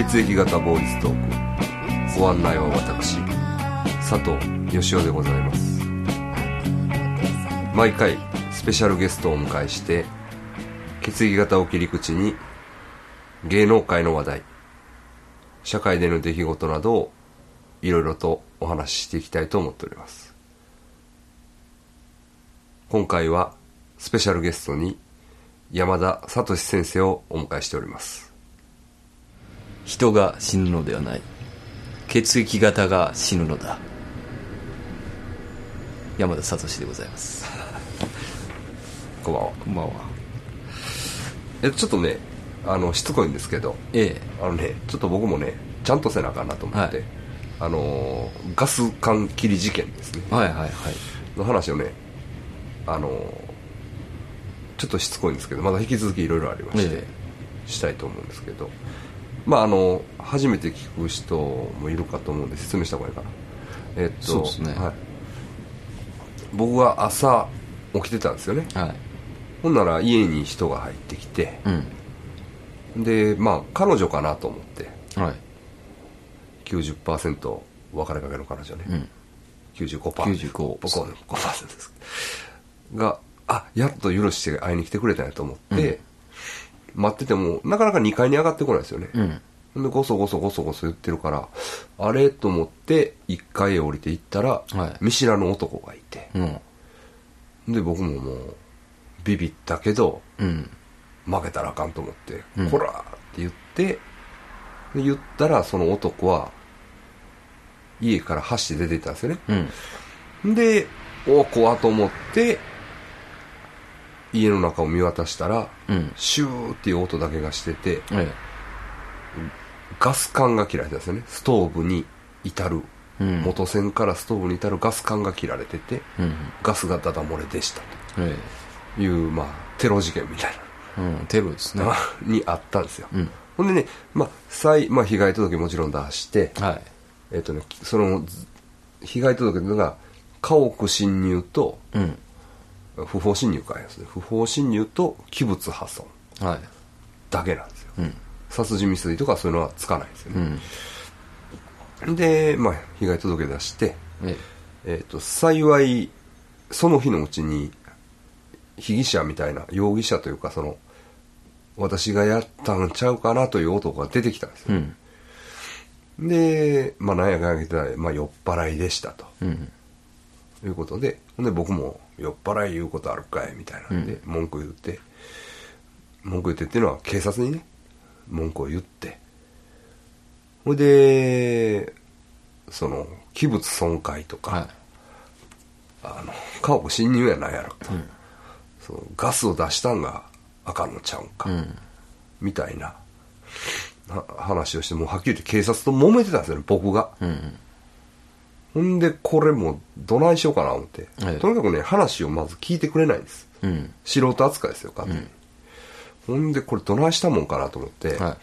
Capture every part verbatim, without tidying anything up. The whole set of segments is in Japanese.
血液型ボーイズトーク、ご案内は私佐藤義雄でございます。毎回スペシャルゲストをお迎えして、血液型を切り口に芸能界の話題、社会での出来事などをいろいろとお話ししていきたいと思っております。今回はスペシャルゲストに山田聡先生をお迎えしております。 人が死ぬのではない、血液型が死ぬのだ。山田聡でございます。 こんばんは。 こんばんは。 えちょっとね、あのしつこいんですけど、 ええ、 あのね、ちょっと僕もねちゃんとせなあかんなと思って、はい、あのガス管切り事件ですね、 はいはいはいの話をね、あのちょっとしつこいんですけど、まだ引き続きいろいろありまして、ええ、したいと思うんですけど、まああの初めて聞く人もいるかと思うんで説明した方がいいかな。えっとそうですね、はい、 僕は朝起きてたんですよね、はい、ほんなら家に人が入ってきて、うん、でまあ彼女かなと思って、はい、きゅうじゅっパーセント 別れかけの彼女ね、うん、きゅうじゅうごパーセント きゅうじゅうごパーセント ごパーセント ですが、あ、やっと許して会いに来てくれたんやと思って、うん、待っててもなかなかにかいに上がってこないですよね、うん、でゴソゴソゴソゴソ言ってるから、あれと思っていっかいへ降りていったら、はい、見知らぬ男がいて、うん、で僕ももうビビったけど、うん、負けたらあかんと思って、うん、こらーって言ってで言ったら、その男は家から走って出ていったんですよね、うん、でお怖と思って家の中を見渡したら、うん、シューっていう音だけがしてて、ええ、ガス管が切られてたんですよね。ストーブに至る、うん、元栓からストーブに至るガス管が切られてて、うん、ガスがダダ漏れでしたという、ええ、まあテロ事件みたいな、うん、テロですねにあったんですよ、うん、ほんでね、まあ再まあ、被害届もちろん出して、はい、えっとね、その被害届というのが家屋侵入と、うん、不法侵入かですね。不法侵入と器物破損だけなんですよ、はい、うん、殺人未遂とかそういうのはつかないですよね、うん、で、まあ、被害届出して、えええー、と幸いその日のうちに被疑者みたいな容疑者というか、その私がやったんちゃうかなという男が出てきたんですよ、うん、で、まあ、何やかんや言ってたら、まあ、酔っ払いでしたと、うん、いうことで、で僕も酔っ払い言うことあるかいみたいなんで、うん、文句言って文句言ってっていうのは警察にね文句を言って、ほいでその器物損壊とか、はい、あの家屋侵入やないやろと、うん、そのガスを出したんがあかんのちゃうんか、うん、みたいな話をして、もうはっきり言って警察と揉めてたんですよね、僕が、うん、ほんでこれもうどないしようかな思って、はい、とにかくね話をまず聞いてくれないんです、うん、素人扱いですよ完全に、うん、ほんでこれどないしたもんかなと思って、はい、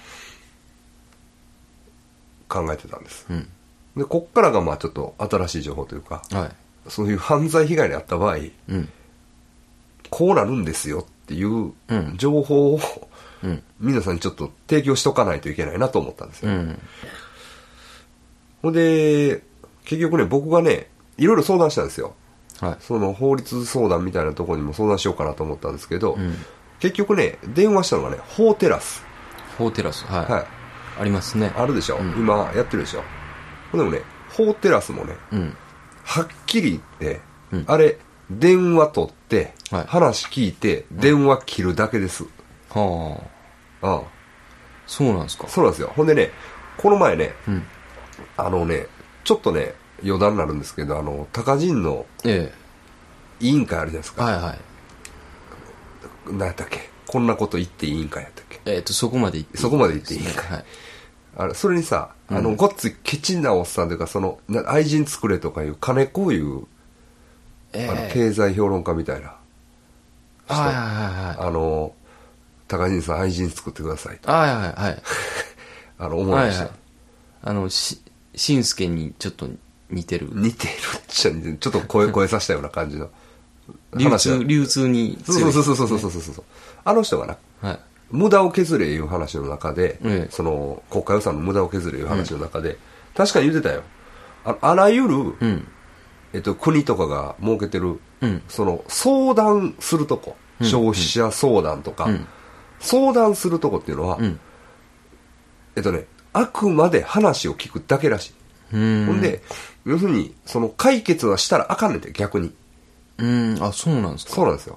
考えてたんです、うん、でこっからがまあちょっと新しい情報というか、はい、そういう犯罪被害に遭った場合、うん、こうなるんですよっていう情報を、うん、皆さんにちょっと提供しとかないといけないなと思ったんですよ、うん、ほんで結局ね、僕がねいろいろ相談したんですよ、はい、その法律相談みたいなところにも相談しようかなと思ったんですけど、うん、結局ね電話したのがね法テラス法テラス、はい、はい、ありますね、 あるでしょ、うん、今やってるでしょ。でもね法テラスもね、うん、はっきり言って、うん、あれ電話取って、はい、話聞いて電話切るだけです、うん、はあ、ああ、 そうなんですか。 そうなんですよ。ほんでねこの前ね、うん、あのねちょっとね余談になるんですけど、あの高人の委員会あるじゃないですか、ええ、はいはい、何やったっけ、こんなこと言っていい委員会やったっけ、 えっ、ー、とそこまで言っていい、 そこまで言っていい委員会、はい、あれそれにさ、あの、うん、ごっついケチなおっさんというか、その愛人作れとかいう金子いう、えー、あの経済評論家みたいな人、はいはいはい、あの高人さん愛人作ってくださいと、 はいはいはい、 あの思いました、はいはい、 あのししんすけにちょっと似てる似てるっちゃ似てる、ちょっと声声させたような感じの流通流通に強い、そうそうそうそうそうそうそう、あの人がな、はい、 無駄を削れいう話の中で、 ええ、 その国家予算の無駄を削れいう話の中で、うん、確かに言ってたよ。 あ, あらゆる、うん、えっと、国とかが設けてる、うん、その相談するとこ、うん、消費者相談とか、うん、相談するとこっていうのは、うん、えっとねあくまで話を聞くだけらしい。ほんで要するにその解決はしたらあかんねんて、逆に。 うん、あ、そうなんですか。 そうなんですよ。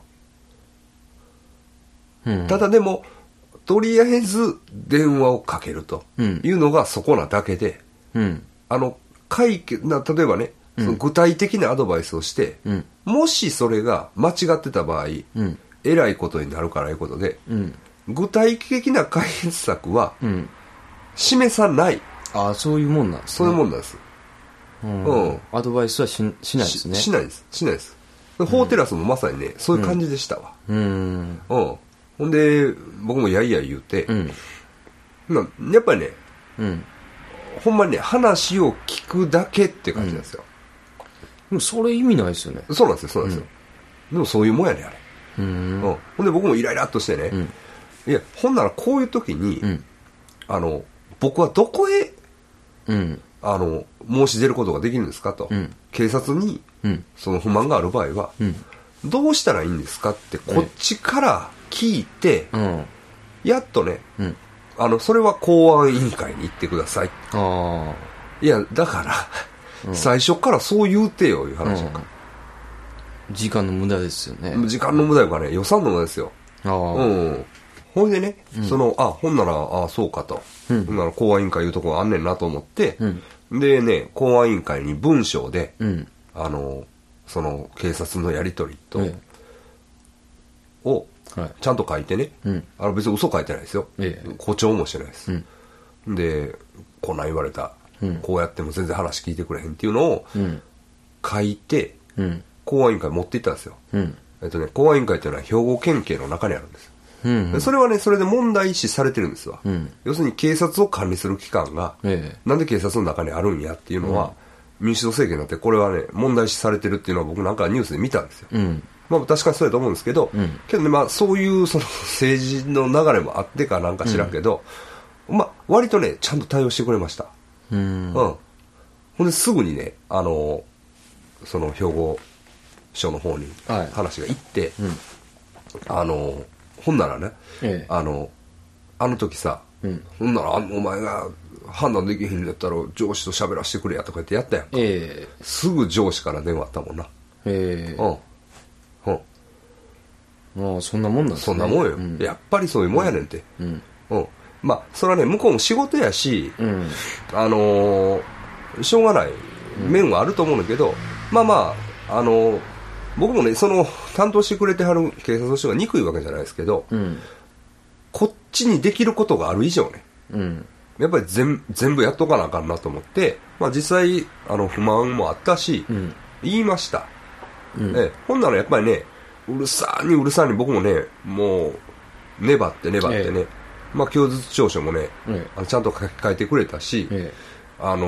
うん、ただでもとりあえず電話をかけるというのがそこなだけで、うん、あの解決な、例えばね、その具体的なアドバイスをして、うん、もしそれが間違ってた場合、うん、えらいことになるからいうことで、うん、具体的な解決策は示さない。 ああ、そういうもんなんですね。 そういうもんなんです。 うん、うん、アドバイスは し, しないですね。 し, しないですしないです。法テラスもまさにね、そういう感じでしたわ。うん、うんうん、ほんで僕もやいやい言うて、うん、やっぱりね、うん、ほんまにね話を聞くだけって感じなんですよ。 うん、でもそれ意味ないですよね。 そうなんですよそうなんですよ、うん、でもそういうもんやねあれ。うん、うん、ほんで僕もイライラっとしてね、うん、いやほんならこういう時に、うん、あの僕はどこへ、うん、あの申し出ることができるんですかと、うん、警察に、うん、その不満がある場合は、うん、どうしたらいいんですかってこっちから聞いて、うん、やっとね、うん、あのそれは公安委員会に行ってください。あいやだから、うん、最初からそう言うてよいう話だから、 うん、時間の無駄ですよね。 時間の無駄よかね、予算の無駄ですよ。あ、うん、ほいでね、うん、そのあほんならあそうかと、うん、ほんなら公安委員会いうとこがあんねんなと思って、うん、でね公安委員会に文章で、うん、あのその警察のやり取りと、うん、をちゃんと書いてね、うん、あの別に嘘書いてないですよ、ええ、誇張もしてないです、うん、でこんなん言われた、うん、こうやっても全然話聞いてくれへんっていうのを書いて、うん、公安委員会持っていったんですよ、うん、えっとね、公安委員会っていうのは兵庫県警の中にあるんですよ、うんうん、それはねそれで問題視されてるんですわ、うん、要するに警察を管理する機関が、ええ、なんで警察の中にあるんやっていうのは、うん、民主党政権になってこれはね問題視されてるっていうのは僕なんかニュースで見たんですよ、うん、まあ確かにそうやと思うんですけど、うん、けどねまあそういうその政治の流れもあってかなんか知らんけど、うん、まあ割とねちゃんと対応してくれました、うん、うん、ほんですぐにねあのその兵庫署の方に話が行って、はい、うん、あのほんならね、ええ、あのあの時さ、うん、ほんならお前が判断できへんだったら上司と喋らせてくれやとか言ってやったやんか、ええ、すぐ上司から電話あったもんな、ええ、うんうん、ああそんなもんなんですね。 そんなもんよ、うん、やっぱりそういうもんやねんて、うんうん、まあそれはね向こうも仕事やし、うん、あのー、しょうがない面はあると思うんだけど、うん、まあまああのー僕もねその担当してくれてはる警察の人が憎いわけじゃないですけど、うん、こっちにできることがある以上ね、うん、やっぱり 全, 全部やっとかなあかんなと思って、まあ、実際あの不満もあったし、うん、言いました、うんえほんならやっぱりねうるさにうるさに僕もねもう粘って粘ってね、ええまあ、供述調書もね、ええ、あのちゃんと書き換えてくれたし、ええ、あの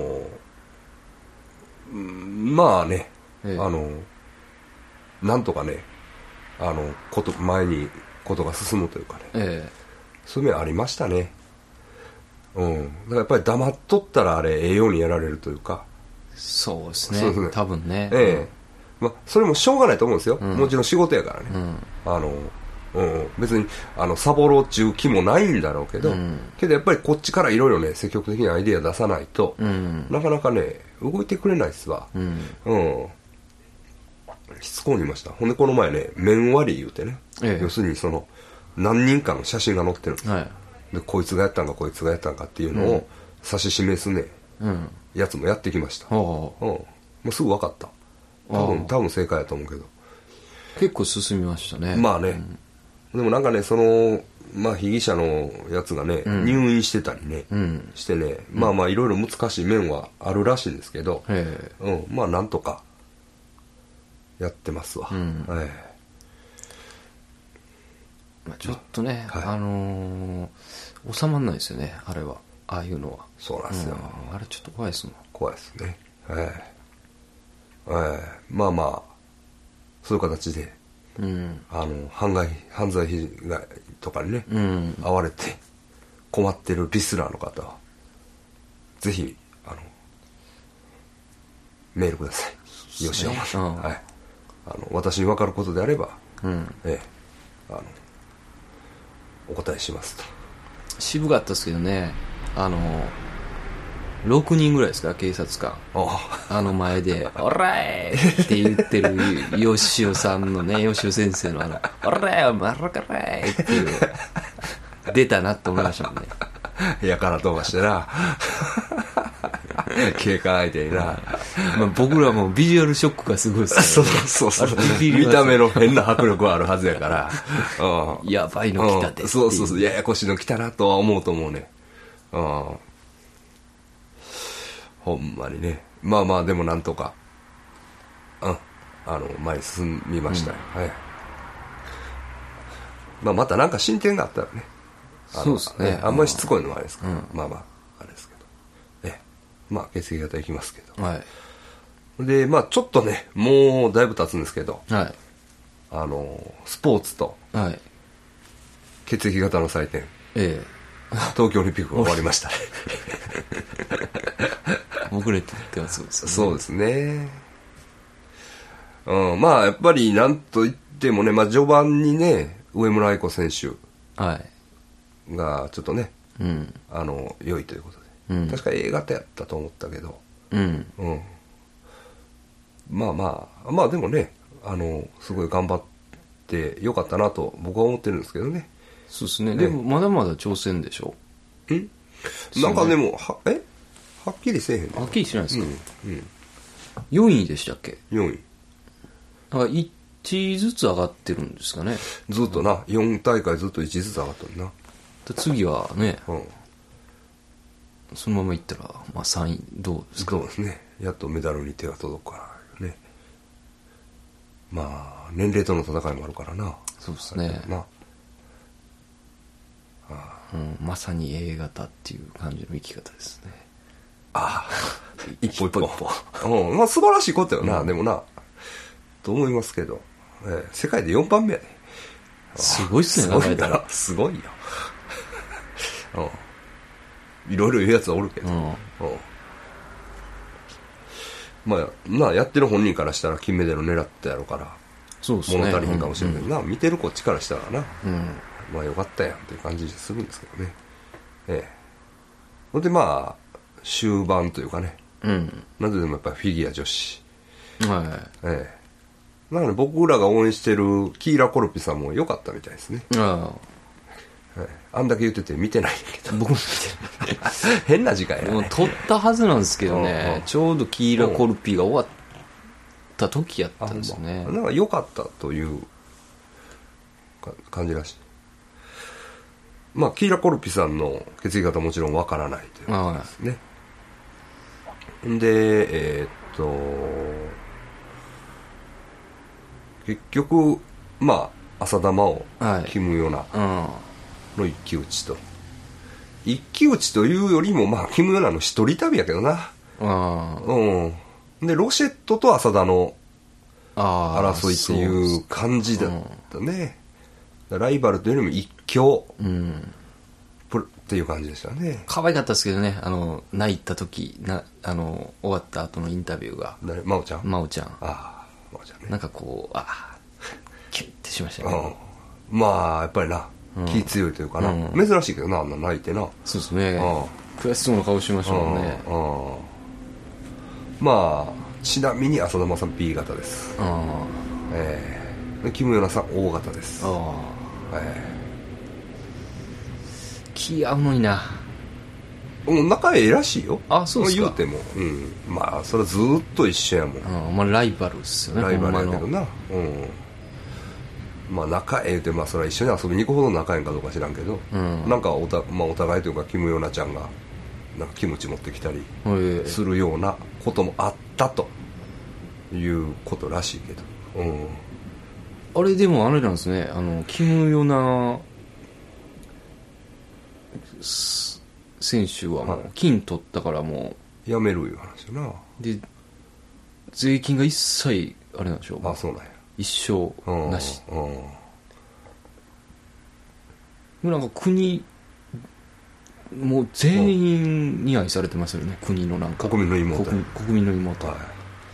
ー、まあね、ええ、あのーなんとかねあのこと前にことが進むというかね、ええ、そういう面ありましたね、うん、だからやっぱり黙っとったらあれええようにやられるというか。 そうですね、そうですね多分ね、 ええまあ、それもしょうがないと思うんですよ、うん、もちろん仕事やからね、うん、あのうん、別にあのサボろうっちゅう気もないんだろうけど、うん、けどやっぱりこっちからいろいろね積極的にアイデア出さないと、うん、なかなかね動いてくれないっすわ、うんうんしつこうにいました。ほんでこの前ね面割り言うてね、ええ、要するにその何人かの写真が載ってるんです、はい、でこいつがやったんかこいつがやったんかっていうのを指し示すね、うん、やつもやってきました、うん、もうすぐ分かった。多分多分正解やと思うけど結構進みましたね。 まあね、うん、でもなんかねそのまあ被疑者のやつがね、うん、入院してたりね、うん、してねまあまあいろいろ難しい面はあるらしいんですけど、うん、まあなんとかやってますわ、うんええまあ、ちょっとね、はい、あのー、収まんないですよねあれはああいうのは。 そうなんですよ、 うん、あれちょっと怖いですもん。 怖いですね、ええええ、まあまあそういう形でうん、あの犯罪犯罪被害とかにね、うん、遭われて困ってるリスナーの方はぜひあのメールください。吉山さん、はい、あの私に分かることであれば、うんええ、あのお答えしますと。 渋かったですけどね、あのろくにんぐらいですか、警察官。あの前で、おらいって言ってる吉尾さんのね、吉尾先生のあの、おらいお前らからいっていう、出たなって思いましたもんね。 やからどうかしてな。警官相手にな。 まあ、僕らもビジュアルショックがすごいですから、ね、そうそうそう。見た目の変な迫力はあるはずやから。 うん、やばいの来たで、 うん。そうそうそう。ややこしいの来たなとは思うと思うね。うん。ほんまにね。まあまあでもなんとか、うん、あの前に進みましたよ、うん、はい。まあまたなんか進展があったらね。 そうですね。 あんまりしつこいのもあれですから、うん、まあまああれですけど、えまあ血液型いきますけど、はい。でまあちょっとねもうだいぶ経つんですけど、はい。あのスポーツと、はい。血液型の祭典、ええ、東京オリンピックが終わりましたね。 遅れてってはそうですね。 そうですね。うん、まあやっぱりなんといってもね、まあ序盤にね上村愛子選手がちょっとね、はい、あの良いということで、うん、確か A 型やったと思ったけど、うんうん、まあまあまあでもね、あのすごい頑張ってよかったなと僕は思ってるんですけどね。 そうですね。でもまだまだ挑戦でしょ。 ん？なんかでもはえ？はっきりせえへんの？ はっきりしないですか？うんうん、よんいでしたっけ？ よんい。 だからいちいずつ上がってるんですかね。 ずっとな、よん大会ずっといちずつ上がってるな。 次はね、うん、そのままいったら、まあ、さんいどうですか？ そうですね。やっとメダルに手が届くからね。まあ年齢との戦いもあるからな。 そうですね。なああ、うん、まさに A 型っていう感じの生き方ですね。 ああ、一歩一歩一歩。うん、まあ素晴らしいことよな、うん、でもな、と思いますけど、えー、世界でよんばんめやね。 すごいっすね、考えたら。 すごいよ。うん、いろいろ言うやつはおるけど、うんうん、まあな、やってる本人からしたら金メダル狙ってやろうから、そうですね、物足りへんかもしれないけどな、うんうん、見てるこっちからしたらな、うん、まあよかったやんっていう感じするんですけどね。ええ。ほんでまあ終盤というかね、うん、なぜでもやっぱりフィギュア女子、はい、ええ。なので僕らが応援してるキーラ・コルピさんも良かったみたいですね。ああ、はい、あんだけ言ってて見てないけど、僕も見てない。変な時間やね。 もう撮ったはずなんですけどね、うん、ちょうどキーラ・コルピが終わった時やったんですよね。 なんか良かったという感じらしい。まあキーラ・コルピさんの血液型もちろんわからないということですね。でえー、っと結局まあ浅田真央、はい、キム・ヨナの一騎打ちと、一騎打ちというよりもまあキム・ヨナの一人旅やけどな。あ、うん、でロシェットと浅田の争いっていう感じだったね。ライバルというよりも一強、うん、っていう感じでしたね。 可愛かったですけどね、あの泣いた時な、あの終わった後のインタビューが。 誰？真央ちゃん？ 真央ちゃん。ああ、真央ちゃんね。 なんかこう、ああ、キュッてしましたね。 うん、まあやっぱりな、うん、気強いというかな、うん、珍しいけどな、あんな泣いてな。 そうですね。悔しそうな顔しましたもんね。 うんうん、まあちなみに浅田真央さん B 型です。えー、キム・ヨナさん O 型です。あ、えー、気合うのにな。 もう仲ええらしいよ。 あ、そうですか。 言うても、うん、まあそれはずっと一緒やもん。 あ、まあライバルっすよね。 ライバルやけどな。うん。まあ仲ええってまあそれは一緒に遊びに行くほど仲ええんかどうか知らんけど、うん、なんかおた、まあ、お互いというかキム・ヨナちゃんがなんかキムチ持ってきたりするようなこともあったということらしいけど。うん。 あれでもあれなんですね。あのキム・ヨナ選手はもう金取ったからもうやめるいう話よな。 で税金が一切あれなんでしょう。 あ、そうなんや。 一生なし、うんうん、なんか国もう全員に愛されてますよね、国のなんか国民の妹国, 国民の妹、はい、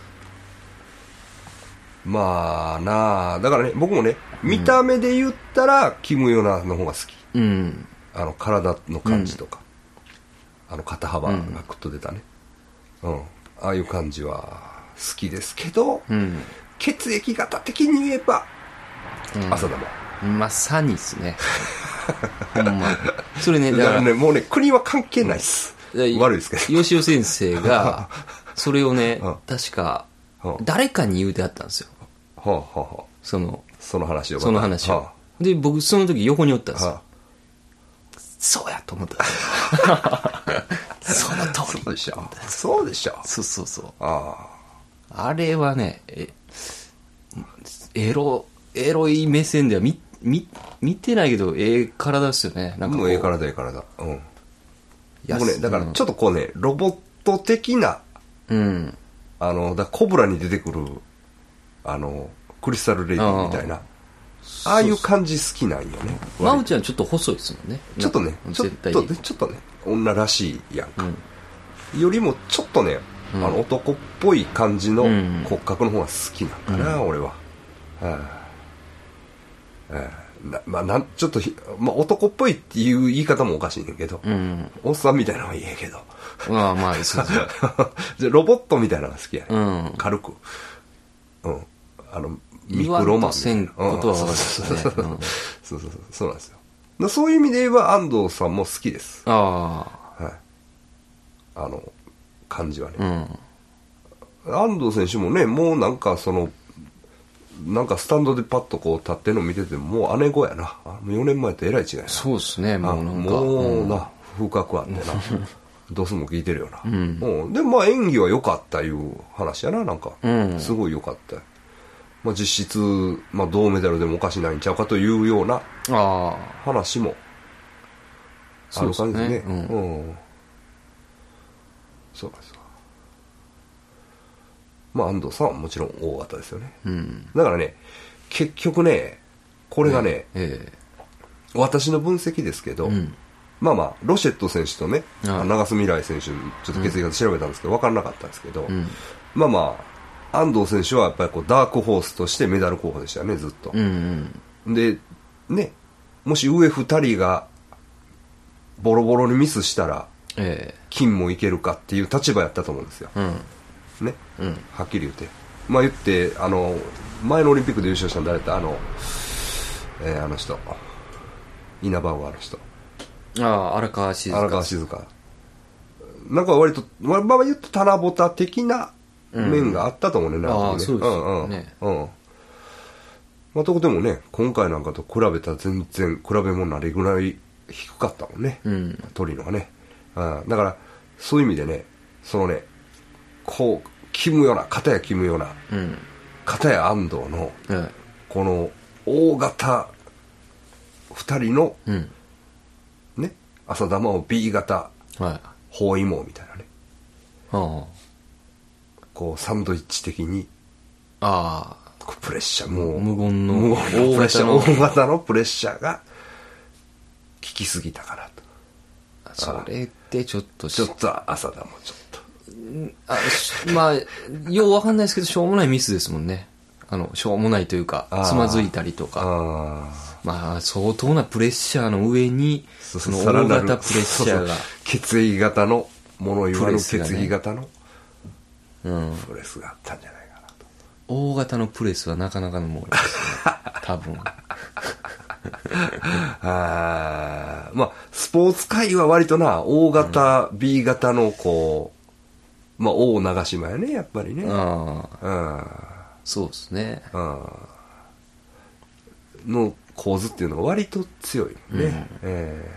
まあなあだからね僕もね見た目で言ったら、うん、キム・ヨナの方が好き、うん、あの体の感じとか、うん、あの肩幅がグッと出たね、うん、うん、ああいう感じは好きですけど、うん、血液型的に言えば、うん、浅田真まさにですねほんまそれねだからねもうね国は関係ないっす、悪いですけど吉尾先生がそれをね確か誰かに言うてあったんですよ、はあはあはあ、そのその話をその話を、はあ、で僕その時横におったんですよ、はあ、そうやと思ったその通りそうでしょそうでしょそうそうそうあああれはねえエロエロい目線では見見見てないけどええ体ですよねなんかもうええ体ええ体うん僕ねだからちょっとこうねロボット的な、うん、あのだコブラに出てくるあのクリスタルレイディみたいな あ, ああいう感じ好きなんよね。 真央ちゃんちょっと細いですもんね。 ちょっとねちょっとねちょっとね女らしいやんか、うん、よりもちょっとね、うん、あの男っぽい感じの骨格の方が好きなんかな、うん、俺は、はあはあ、なまあなんちょっと、まあ、男っぽいっていう言い方もおかしいねんけど、うん、おっさんみたいなのは言えけどまあまあそうそうじゃロボットみたいなのが好きやね、うん、軽くうんあのミクロマンせんことは分かるんですね。そうそうそうそうなんですよ。そういう意味で言えば安藤さんも好きです。ああ、はい。あの感じはね、うん。安藤選手もねもうなんかそのなんかスタンドでパッとこう立ってるの見ててももう姉子やな。よねんまえとえらい違いな。 そうですね。もうなんかもうな風格あってな。ドスも効いてるよな。うん。うん、でもまあ演技は良かったいう話やななんか、うん、すごい良かった。まあ、実質、まあ、銅メダルでもおかしないんちゃうかというような話もある感じですね。うんうん、そうですか。まあ安藤さんはもちろん大型ですよね、うん、だからね結局ねこれがね、ええ、私の分析ですけど、うん、まあまあロシェット選手とね長須未来選手ちょっと血液型調べたんですけど、うん、分からなかったんですけど、うん、まあまあ安藤選手はやっぱりこうダークホースとしてメダル候補でしたねずっと、うんうん、でねもし上ふたりがボロボロにミスしたら、えー、金もいけるかっていう立場やったと思うんですよ、うんねうん、はっきり言ってまあ言ってあの前のオリンピックで優勝したの誰だったあの、えー、あの人稲葉はあの人ああ荒川静香荒川静香なんか割とまあ言うと棚ぼた的な面があったと思うね、うん、 ああそうですよねうんうん、うんまあ、とこでもね今回なんかと比べたら全然比べ物なりぐらい低かったもんね、うん、トリノはね、うん、だからそういう意味でねそのねこうキムような片やキムような、うん、片や安藤の、うん、この大型ふたりの、うん、ね浅田真央 B 型、はい、包囲網みたいなね、はあこうサンドイッチ的にああプレッシャーもう無言の無言のプレッシャー大型のプレッシャーが効きすぎたかなとそれってちょっとちょっと朝だもんちょっとあまあようわかんないですけどしょうもないミスですもんねあのしょうもないというかつまずいたりとかあまあ相当なプレッシャーの上にその大型プレッシャーがそうそう血液型のもの言わぬ血液型のうん、プレスがあったんじゃないかなと大型のプレスはなかなかのものですね多分あまあスポーツ界は割とな大型、うん、B 型のこうまあ大長島やねやっぱりねああそうですねあの構図っていうのが割と強いね、うんえ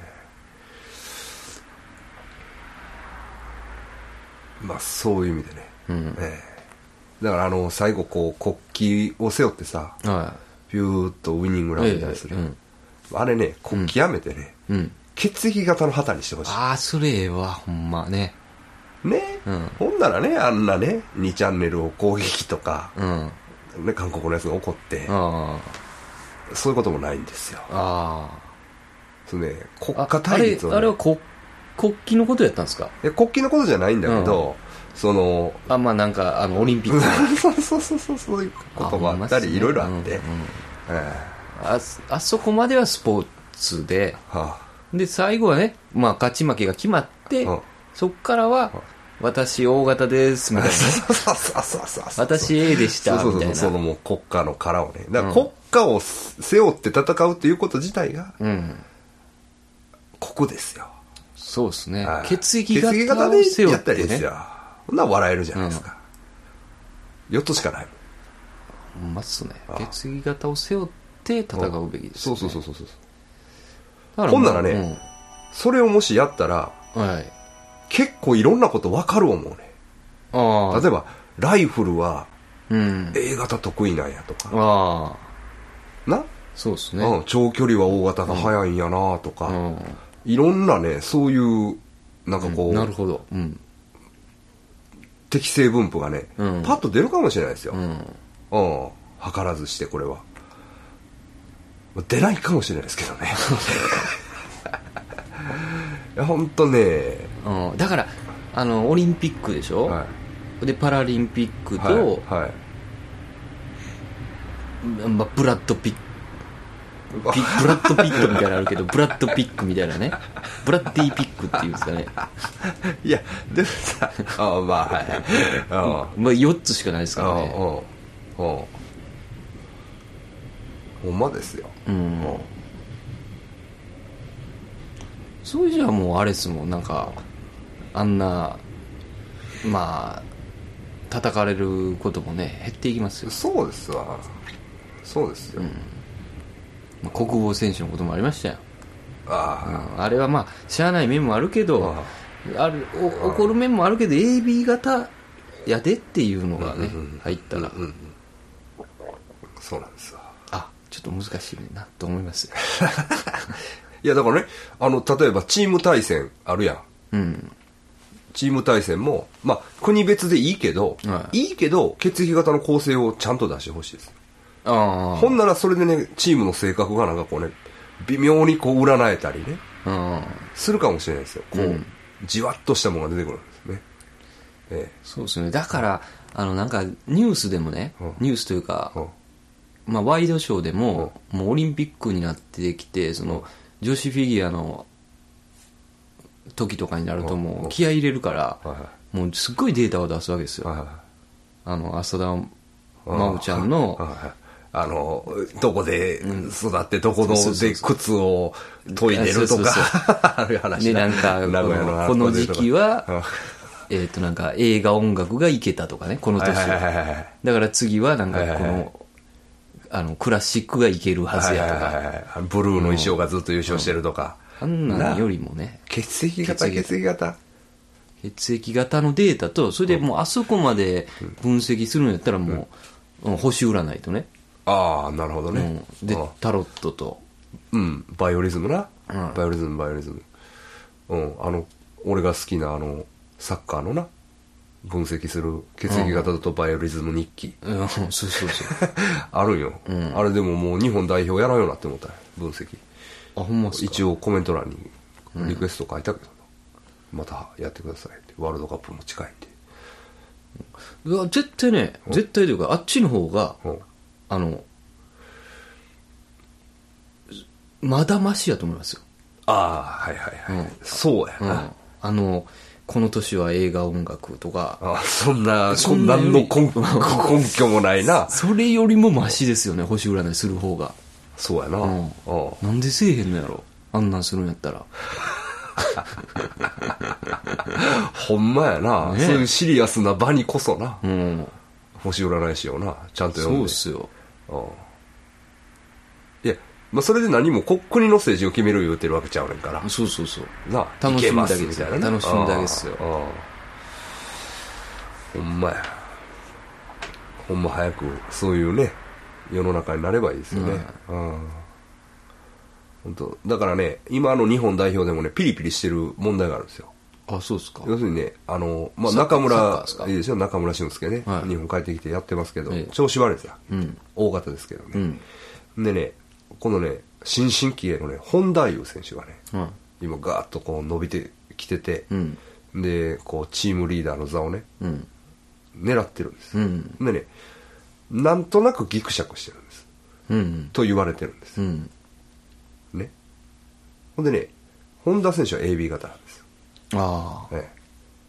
ー、まあそういう意味でねうんえー、だからあの最後こう国旗を背負ってさ、はい、ピューッとウイニングランみたいにする、えーうん、あれね国旗やめてね、うん、血液型の旗にしてほしいああそれはほんまねね、うん、ほんならねあんなねにチャンネルを攻撃とか、うん、 ね、韓国のやつが起こってあそういうこともないんですよ。 あそう、ね、国家対立を、ね、 あれ、あれは国国旗のことやったんですか？ いや国旗のことじゃないんだけど、うん、そのあまあなんかあのオリンピックそうそうそうそうそういうことがあったり、ね、いろいろあって、うんうんえー、あ, あそこまではスポーツで、はあ、で最後はね、まあ、勝ち負けが決まって、はあ、そこからは、はあ、私 O 型ですみたいな私 A でしたみたいな、そうそうそう、 そのもう国家の殻をね、だから国家を背負って戦うっていうこと自体が、うん、国ですよ。 そうですね、血液型を背負ってね、ですよ。 そんな笑えるじゃないですか、うん、よっとしかないもん。まっすね、血液型を背負って戦うべきです、ね、 そうそうそうそうそう。だからほんならね、うん、それをもしやったら、はい、結構いろんなこと分かる思うね。あ、例えばライフルは A 型得意なんやとか、うん、あな、 そうですね、 うん、長距離は O 型が速いんやなとか、うん、いろんなね、そういうなんかこう、うん、 なるほど、うん、 適正分布がね、うん、パッと出るかもしれないですよ、うんうん、図らずしてこれは出ないかもしれないですけどねいや本当ね、 うん、だからあのオリンピックでしょ、はい、でパラリンピックと、はいはい、まあ、ブラッドピックブラッドピットみたいなのあるけどブラッドピックみたいなね、ブラッディピックっていうんですかねいやでもさあまあはいあまあよっつしかないですからね。ああああほんまですよ、うん、 そういうじゃもうあれですもん、なんかあんなまあ叩かれることもね減っていきますよ。 そうですわ、そうですよ、 うん、国防選手のこともありましたよ。あ、うん、あれはまあしゃあない面もあるけど、あるお怒る面もあるけど エービー 型やでっていうのがね、うんうん、入ったら、うんうん、 そうなんですわ。 あ、ちょっと難しいなと思いますよいやだからね、あの例えばチーム対戦あるやん、うん、チーム対戦もまあ国別でいいけど、はい、いいけど血液型の構成をちゃんと出してほしいです。あ、ほんならそれでねチームの性格がなんかこうね微妙にこう占えたりねするかもしれないですよ。こう、うん、じわっとしたものが出てくるんですね、 ええ、そうですね。だからあのなんかニュースでもね、うん、ニュースというか、うん、まあ、ワイドショーでも、うん、もうオリンピックになってきてその、うん、女子フィギュアの時とかになるともう気合い入れるから、うん、もうすっごいデータを出すわけですよ、うん、あの浅田真央ちゃんの、うん、 あのどこで育ってどこので靴を研いでるとかある話で、なんかこの時期はえっとなんか映画音楽がいけたとかね、この年はだから次はなんかこのあのクラシックがいけるはずやとか、はいはいはいはい、 ブルーの衣装がずっと優勝してるとか、 うん、あんなんよりもね血液型血液型血液型のデータとそれでもうあそこまで分析するんやったらもう、うん、星占いとね、 ああなるほどね、 うん、でタロットと、 うん、バイオリズムな、うん、バイオリズムバイオリズム、うん、あの俺が好きなあのサッカーのな分析する血液型とバイオリズム日記、 うん、そうそうそうあるんよ、うん、あれでももう日本代表やらんようになって思ったよ分析。 あ、ほんまっすか。 一応コメント欄にリクエスト書いたけど、うん、またやってくださいって、ワールドカップも近いって、 うん、絶対ね、うん、絶対というかあっちの方が、うん、あのまだマシやと思いますよ。 ああはいはいはい、うん、そうやな、うん、 あのこの年は映画音楽とか、 あ、そんなそんなの根拠もないな。 それよりもマシですよね、星占いする方が。 そうやな、うん、 ああなんでせえへんのやろ、あんなんするんやったらほんまやな、ね、そういうシリアスな場にこそな、うん、星占い師をなちゃんと読んで。 そうっすよ、ああ、 いや、まあ、それで何も国の政治を決める言うてるわけちゃうねんから。 そうそうそう、 な楽しむだけみたいな、ね、楽しむだけですよ。ああ、 ほんまや、ほんま早くそういうね世の中になればいいですよね、うん、うん、本当だからね、今の日本代表でもねピリピリしてる問題があるんですよ。 あ、そうですか。 要するにね、あの、まあ、中村、いいですよ、中村俊輔ね、はい、日本帰ってきてやってますけど、ええ、調子悪いですよ、うん、大型ですけどね、うん、でね、このね、新進気鋭のね、本田優選手がね、うん、今ガーッとこう伸びてきてて、うん、で、こう、チームリーダーの座をね、うん、狙ってるんです、うん、でね、なんとなくギクシャクしてるんです、うん、と言われてるんです、うん、ね。ほんでね、本田選手は エービー 型なんです。ああ、ええ、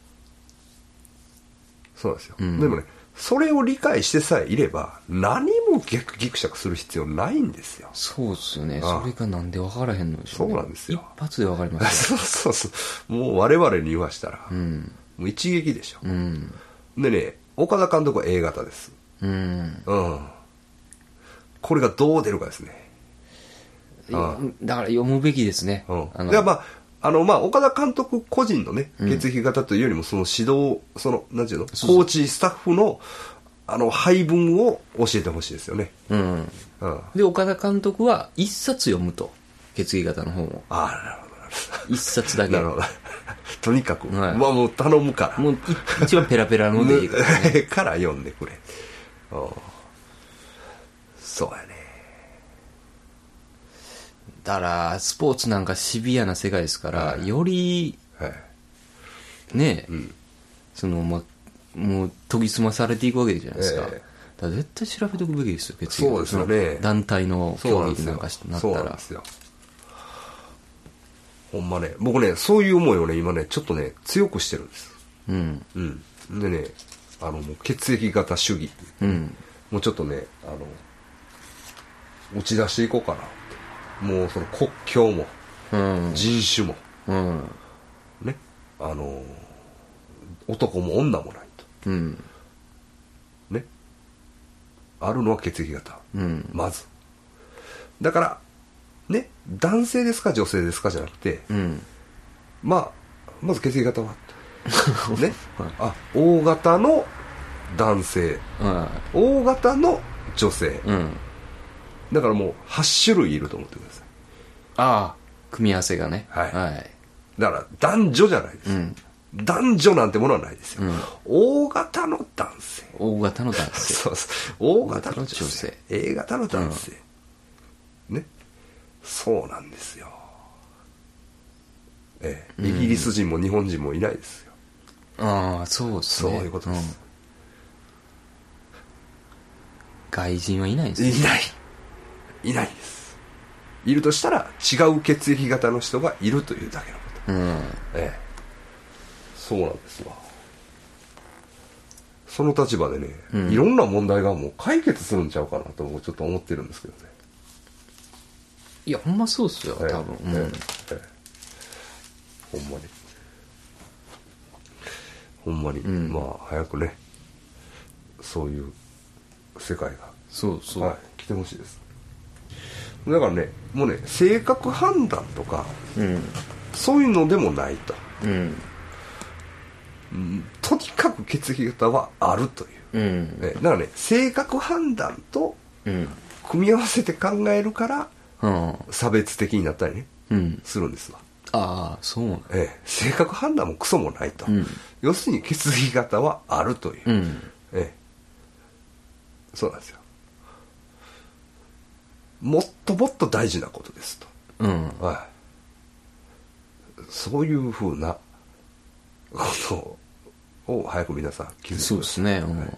そうなんですよ、うん、でもね、それを理解してさえいれば何もギクシャクする必要ないんですよ。 そうですよね。ああ、それがなんで分からへんのでしょうね。 そうなんですよ。 一発で分かりますよ。 そうそうそう、もう我々に言わしたら、うん、もう一撃でしょ、うん、でね、岡田監督は A 型です、うん、うん、これがどう出るかですね。 ああ、だから読むべきですね、うん、 あのいや、まああのまあ、岡田監督個人のね、血液型というよりも、その指導、その、なんていうの、コーチ、スタッフの、あの、配分を教えてほしいですよね。うん。 うん、で、岡田監督は一冊読むと。血液型の本を。 ああ、なるほど、なるほど。 一冊だけ。 なるほど。とにかく、はい、まあもう頼むから。 もう一番ペラペラのでいいからね。 から読んでくれ。そうやね。 だからスポーツなんかシビアな世界ですから、はい、より、はい、ねえ、うん、そのまもう研ぎ澄まされていくわけじゃないですか、えー、だから絶対調べておくべきですよ、血液。 そうですよね。 団体の競技なんかしてなったら。そうなんですよ。 ほんまね、僕ね、そういう思いをね、今ね、ちょっとね、強くしてるんです。うん。うん。でね、あの、もう血液型主義、うん、もうちょっとね、あの、打ち出していこうかな。もうその国境も、うん、人種も、うん、ね、あの男も女もないと、うん、ね、あるのは血液型、うん、まずだからね、男性ですか女性ですかじゃなくて、うん、まあまず血液型はね、はい、あ、O 型の男性、はい、O 型の女性、うん、だからもうはち種類いると思ってください。 ああ、組み合わせがね、 はい、はい、だから男女じゃないです、うん、男女なんてものはないですよ、うん、O 型の男性、 O 型の男性そうそう、O 型の女性、 A 型の男性、うん、ね、そうなんですよ、ええ、イギリス人も日本人もいないですよ、 うん、ああ、そうですね、 そういうことです、うん、 外人はいないんですね。 いないいないです。いるとしたら違う血液型の人がいるというだけのこと、うん、ええ、そうなんですわ。その立場でね、うん、いろんな問題がもう解決するんちゃうかなとちょっと思ってるんですけどね。 いや、ほんまそうっすよ、ええ、多分、ええ、うん、ええ、 ほんまにほんまに、うん、まあ早くね、そういう世界が、 そうそう、 はい、来てほしいです。だからね、もうね、性格判断とか、うん、そういうのでもないと、うんうん、とにかく血液型はあるという、うんね、だからね、性格判断と組み合わせて考えるから、うん、差別的になったりね、うん、するんですわ。 ああ、そうなん、 ええ、性格判断もクソもないと、うん、要するに血液型はあるという、うん、ええ、そうなんですよ。もっともっと大事なことですと、うん、はい、そういうふうなことを早く皆さん気づいてください。 そうですね、うん、はい、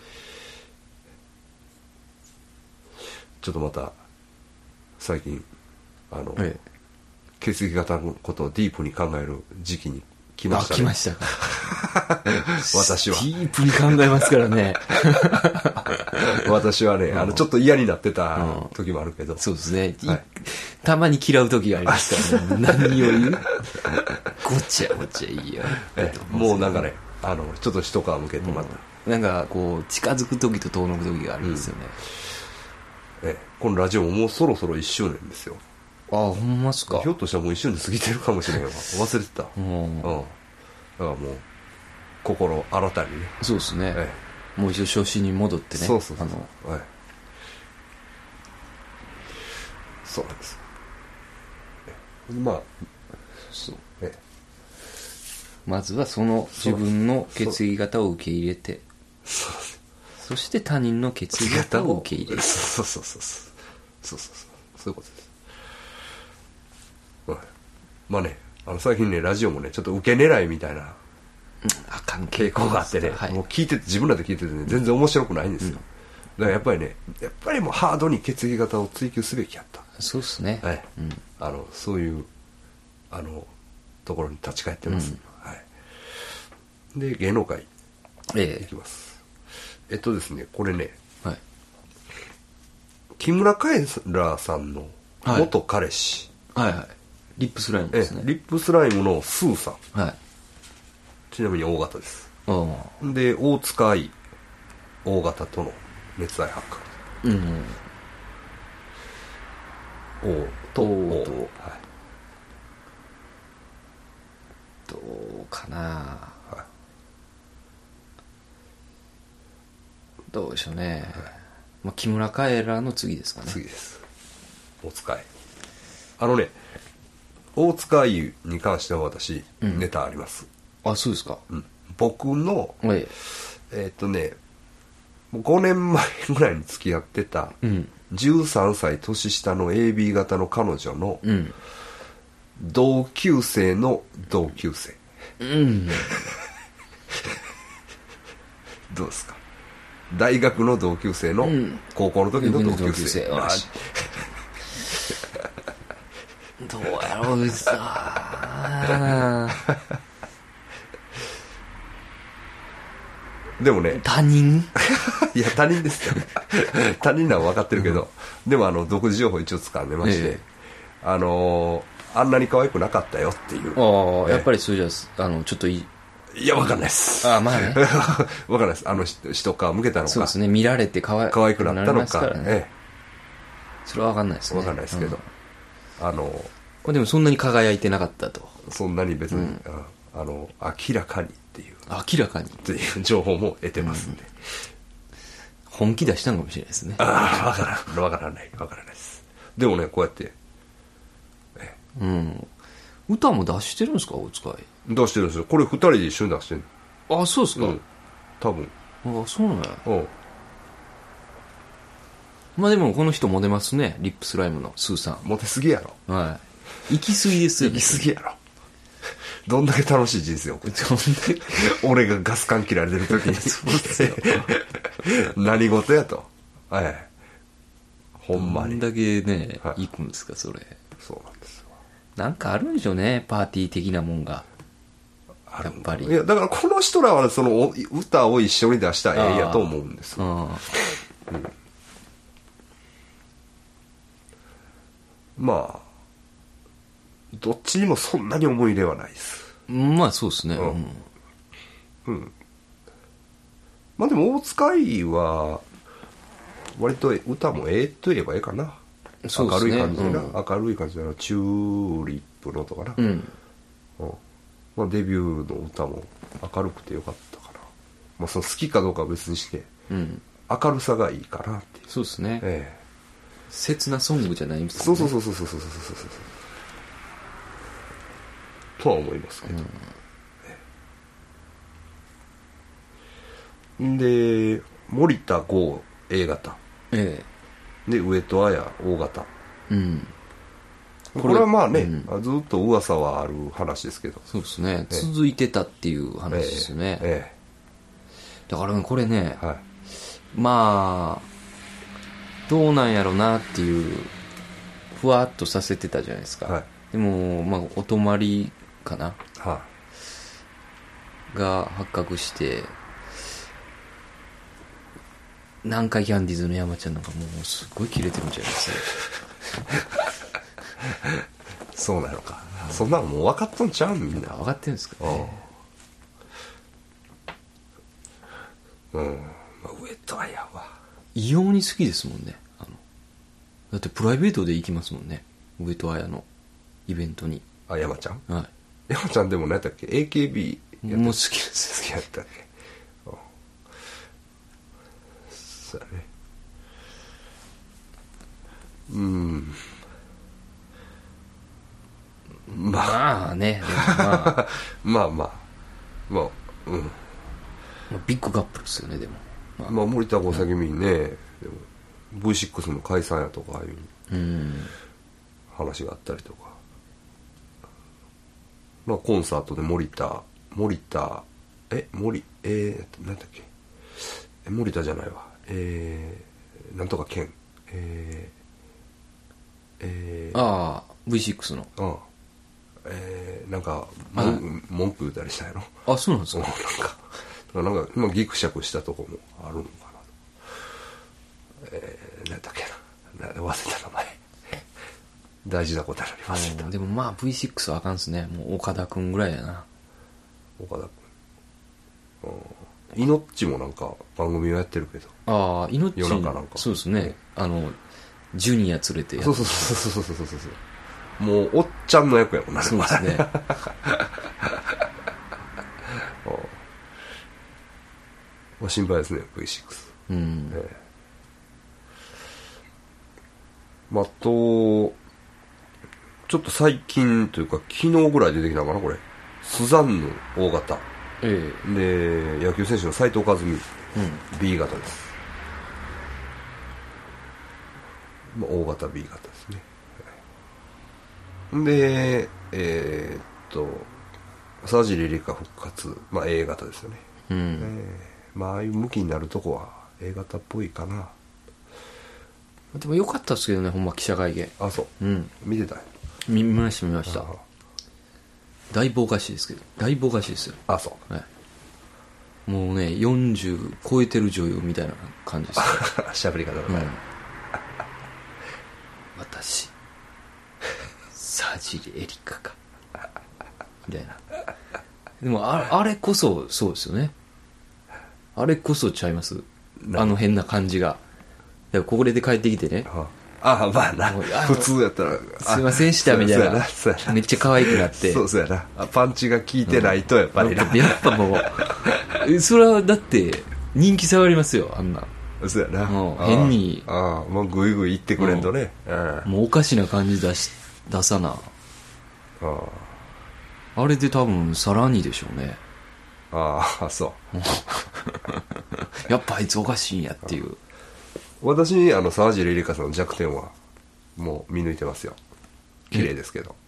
ちょっとまた最近あの、ええ、血液型のことをディープに考える時期に来ましたね。 あ、来ましたか私はディープに考えますからね私はね、あのちょっと嫌になってた時もあるけど、うん、 そうですね、はい、たまに嫌う時がありましたね何を言うごちゃごちゃいいよ、 ええ、もうなんかね、あのちょっと一皮向けてまた、 うん、なんかこう近づく時と遠のく時があるんですよね、 うん、ええ、このラジオももうそろそろいっしゅうねんですよ。 ああ、ほんまっすか。 ひょっとしたらもういっしゅうねん過ぎてるかもしれんわ、忘れてた、うん、うん、だからもう心新たにね。 そうですね、ええ、もう一度初心に戻ってね。 そうそうそう、 あの、はい、 そうなんです。まあそう、ええ、 まずはその自分の血液型を受け入れて、そうそして他人の血液型を受け入れる。 そうそうそうそうそうそうそうそういうことです、うん、まあね、あの最近ねラジオもねちょっと受け狙いみたいな、うん、 あかん傾向があってね、はい、もう聞いてて自分らで聞いててね全然面白くないんですよ、うん、だからやっぱりねやっぱりもうハードに血液型を追求すべきやった。 そうっすね、 はい、うん、あのそういうあのところに立ち返ってます、うん、はい、で芸能界いきます、ええっとですねこれね、はい、木村カエラさんの元彼氏、 はい、はいはいリップスライムですね。 リップスライムのスーさん、はい、ちなみに大型です。で大塚愛大型との熱愛発覚、うん、おとおと、はい、 どうかな、はい、どうでしょうね、はい、まあ、木村カエラの次ですかね。 次です。大塚愛、あのね大塚愛に関しては私、うん、ネタあります。 あ、そうですか、 うん、僕の、はい、えー、っとねごねんまえぐらいに付き合ってた、うん、じゅうさんさい年下の エービー 型の彼女の、うん、同級生の同級生、うん、どうですか。大学の同級生の、うん、高校の時の同級生、うん、 どうやろうさでもね他人いや他人ですよ他人なのは分かってるけど、うん、でもあの独自情報一応掴んでまして、ええ、あのー、あんなに可愛くなかったよっていう。 ああ、やっぱりそれじゃあのちょっといい。 いや分かんないです。 ああまあね分かんないです。あの一皮向けたのか、 そうですね、見られて可愛可愛くなったのか、ね、ええ、 それは分かんないですね。 分かんないですけど、うん、あのー、でもそんなに輝いてなかったと。 そんなに別に、うん、あの明らかにっていう明らかにっていう情報も得てますんで、うん、 本気出したのかもしれないですね。 ああ分からん分からない分からないです。でもねこうやって、 ええ、うん、歌も出してるんですか大塚愛。 出してるんですよ。これふたりで一緒に出してるの。あ、そうですか、うん、 多分。 あ、そうなんや。うん。まあでもこの人モテますね、リップスライムのスーさん。 モテすぎやろ。 はい、行き過ぎですよね。 行き過ぎやろ。どんだけ楽しい人生を送って俺がガス管切られてる時にそうですよ何事やと、はい、ほんまにどんだけね、はい、行くんですかそれ。 そうなんですよ。 なんかあるんでしょうね、パーティー的なもんが。やっぱり。 いやだからこの人らはその歌を一緒に出したらええやと思うんですよ、うん、まあどっちにもそんなに思い入れはないです。 まあそうですね、うん、 うん、まあでも大塚愛は割と歌もええと言えばええかな。そうですね、明るい感じでな、うん、明るい感じでな、チューリップのとかな、うん、うん、まあ、デビューの歌も明るくてよかったかな。まあ、その好きかどうかは別にして、うん、明るさがいいかなっていう。 そうですね、ええ、切なソングじゃないんですよね。そうそうそうそうそうそうそうそうそうとは思いますけど、うん、で森田剛 A 型、ええ、で上戸彩 O 型、うん、これはまあね、うん、ずっと噂はある話ですけど。 そうですね、ええ、続いてたっていう話ですよね、ええええ、だからこれね、はい、まあどうなんやろなっていうふわっとさせてたじゃないですか、はい、でもまあお泊まりかな、はあ、が発覚して、南海キャンディーズの山ちゃんなんかもうすごいキレてるんじゃないですかそうなのか、うん、そんなのもう分かっとんちゃうみんな。 分かってるんですかね。 うん、まあ、上戸彩は異様に好きですもんね。あのだってプライベートで行きますもんね、上戸彩のイベントに。 あ、山ちゃん、 はい、 山ちゃんでも何やったっけ エーケービー やったっけ。 もう好きです。 好きやったっけ。そうやね。うん、 まあね、でもまあまあまあうん、 ビッグカップルですよね。でもまあ、まあ、森田剛作民ね、でも ブイシックス の解散やとかああいう話があったりとか、まあ、コンサートで森田森田え森えー、なんだっけえ森田じゃないわえー、なんとか健えー、えー、 ああ ブイシックス のああえー、なんか文文句言うたりしたやろ。 あ、そうなんですか。 なんかなんか、まあ、ギクシャクしたとこもあるのかな。えー、なんだっけな、忘れた名前。大事なことなのに忘れた。 でもまあ ブイシックス はあかんっすね。もう岡田くんぐらいやな。 岡田くん。イノッチもなんか番組をやってるけど。 ああ、イノッチ。 夜中なんか。 そうですね。あの、ジュニア連れてやそうそうそうそうそうそうそうそう。もうおっちゃんの役やもんな。 そうですね。 まあ、心配ですね ブイシックス。 うん。ええー、まあ、あとちょっと最近というか昨日ぐらい出てきたのかなこれ。スザンヌ大型。 ええで野球選手の斉藤和美、うん、B 型です。まあ、大型 B 型ですね。で、えー、っと沢尻エリカ復活、まあ A 型ですよね。 うん、 えー、まあああいう向きになるとこは A 型っぽいかな。 でも良かったですけどね、ほんま記者会見。 あ、そう、 うん、 見てた。 見ました見ました。大ぼかしですけど、大ぼかしですよ。 あ、そう、 はい、もうねよんじゅう超えてる女優みたいな感じです喋り方がね、うん、 私沢尻エリカかみたいな。でも あ, あれこそそうですよね。あれこそちゃいます。あの変な感じが。だからこれで帰ってきてね、 ああ、まあな、普通やったらすいませんしたみたいな、めっちゃ可愛くなって、 そうそうやな、パンチが効いてないとやっぱりな、 うん、やっぱもうそれはだって人気下がりますよ、あんな。 そうやな、 うん、変にああもうグイグイ言ってくれんとね、 うん、もうおかしな感じ出し出さなああ、あれで多分さらにでしょうね。 ああ、そうやっぱあいつおかしいんやっていう。 私、あの沢尻エリカさんの弱点はもう見抜いてますよ。綺麗ですけど。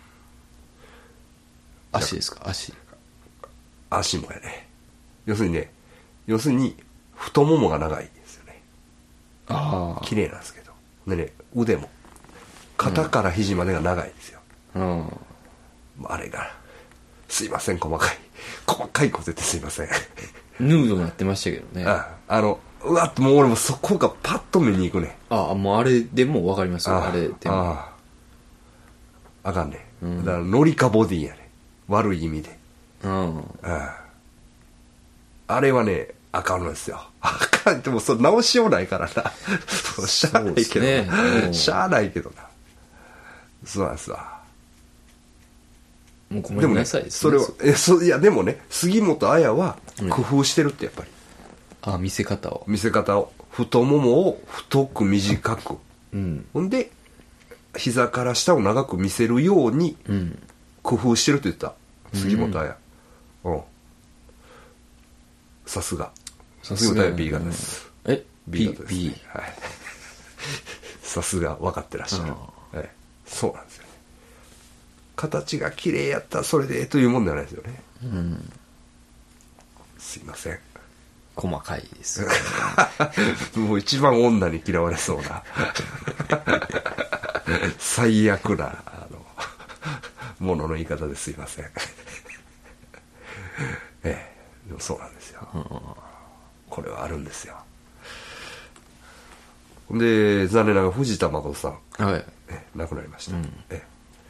足ですか？足足もやね。要するにね、要するに太ももが長いですよね。 ああ、 綺麗なんですけど、でね、腕も肩から肘までが長いですよ。うん、あれがすいません、細かい細かいこと言ってすいません。 ヌードになってましたけどね。 ああ、あのうわっともう俺もそこがパッと目に行くね。 ああ、もうあれでも分かりますよ。あ, あれでもあああかんね、うん、だからノリカボディやね、悪い意味で。うん、ああ、あれはねあかんのですよ。あかんってもうそれ直しようないからな。しゃあないけどな、ね、しゃあないけどな。そうなんですわ。 もうごめんなさいですね。 でもね、それはえそいやでもね、杉本彩は工夫してるってやっぱり、 うん、あ、見せ方を見せ方を太ももを太く短く、うん、ほんで膝から下を長く見せるように工夫してるって言った、うん、杉本彩、うん、さすが杉本彩 B 型です、 うん、え B 型です、ね、 B、 はい、さすが分かってらっしゃる、はい、そうなんですよね。形が綺麗やったらそれでというもんではないですよね、うん、すいません、 細かいですよね。もう一番女に嫌われそうな最悪なあのものの言い方ですいません。ええ、でもそうなんですよ、うん、これはあるんですよ。で残念ながら藤田誠さん、はい、え亡くなりました、うん、え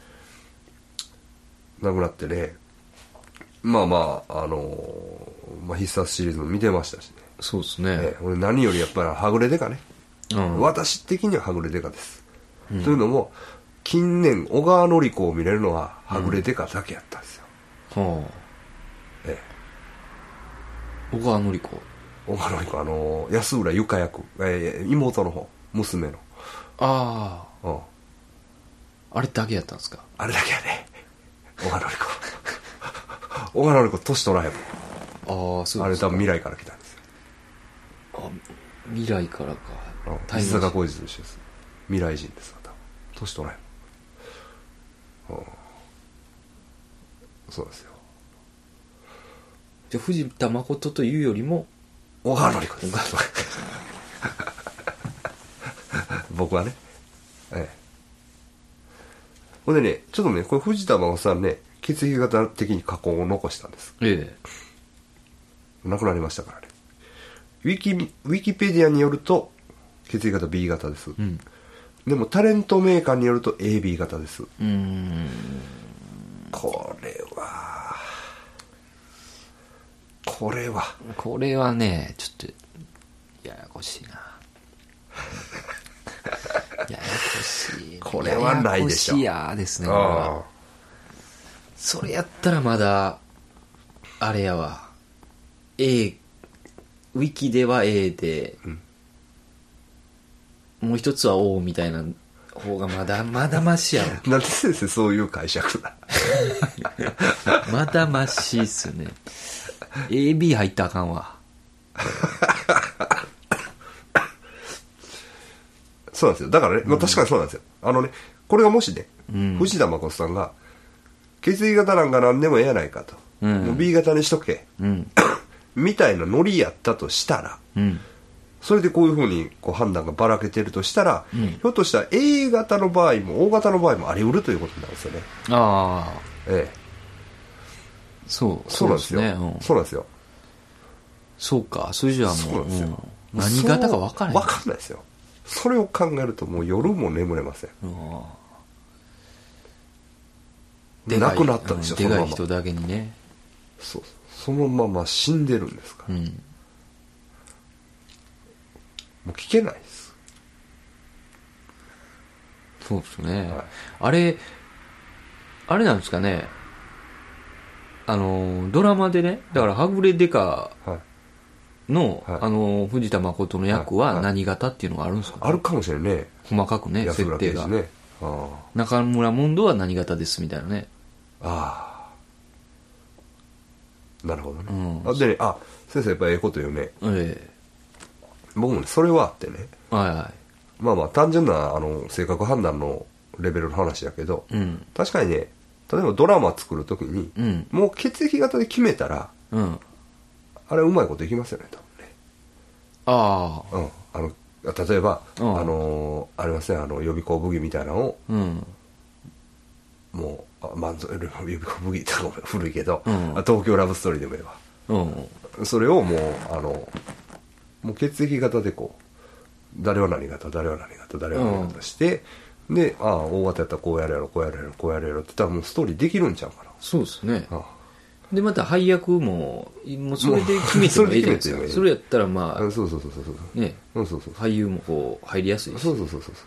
亡くなってね、まあまああのー、まあ、必殺シリーズも見てましたしね。 そうですね、 えー、何よりやっぱりはぐれデカね、うん、私的にははぐれデカです、うん、というのも近年小川典子を見れるのははぐれデカだけやったんですよ、うん、はあ、えー、小川典子小川典子、あのー、安浦由香役、えー、妹の方、娘の、 ああ、うん、あれだけやったんですか？ あれだけやね、小川典子。小川典子年取らへんもん。 ああ、そうですか。 あれ多分未来から来たんですよ。 あ、未来からか。 石坂浩二と一緒です。未来人です多分。年取らへん。うん、そうですよ。 じゃあ藤田誠というよりも小川典子です。僕はね。ええ。ほんでね、ちょっとね、これ藤田誠さんね、血液型的に過去を残したんです。 ええ。亡くなりましたからね。ウィキ、ウィキペディアによると、血液型 ビー 型です。うん、でもタレントメーカーによると エービー 型です。うーん。これは、これは。 これはね、ちょっと、ややこしいな。ややこしい。 これはないでしょ。 ややこしいやですね、これは。それやったらまだ、あれやわ。A、ウィキでは A で、うん、もう一つは O みたいな方がまだ、まだマシやわ。 なんで先生そういう解釈だ。 まだマシっすよね。エービー 入ったらあかんわ。 そうなんですよ。だからね、まあ、確かにそうなんですよ。あのね、これがもしね、うん、藤田誠さんが、血液型なんか何でもええやないかと。うん、もう ビー 型にしとけ。うん、みたいなノリやったとしたら、うん、それでこういうふうにこう判断がばらけてるとしたら、うん、ひょっとしたら A 型の場合も O 型の場合もあり得るということなんですよね。 ああ。 ええ。 そう、 そうなんですよ。 そうですね。 うん、そうなんですよ。 そうか、それじゃあもう、 そうなんですよ。 うん、何型か分からない。分かんないですよ。それを考えるともう夜も眠れません。亡くなったでしょ、 でかい人だけにね。 そう、そのまま死んでるんですから、うん、もう聞けないです。 そうですね、はい、あれあれなんですかね、あのドラマでね、だからはぐれデカの、はい、あの藤田誠の役は何型っていうのがあるんですかね、 あるかもしれないね、 細かくね、設定が、ね、あ中村モンドは何型ですみたいなね。 ああ、なるほどね、うん、あでね、あ先生やっぱりええこと言うね、ええ、僕もねそれはあってね、はいはい、まあまあ単純なあの性格判断のレベルの話だけど、うん、確かにね、例えばドラマ作るときに、うん、もう血液型で決めたら、うん、あれうまいこといきますよね、多分ね。ああ、うん、あの例えば、あのー、ありません、あの予備校ブギみたいなのを、うん、もうあまあ、予備校ブギって古いけど、うん、東京ラブストーリーでもいいわ、うん、それをもうあのもう血液型でこう誰は何型誰は何型誰は何型して、うん、でああ大型やったらこうやるやろこうやるやろこうやるやろって多分もうストーリーできるんちゃうかな。 そうですね、ああでまた配役ももうそれで決めてもいいじゃないですか。 そ, それやったらまあそうそうそうそうね、そうそうそう俳優もこう入りやすいし、 そうそうそうそう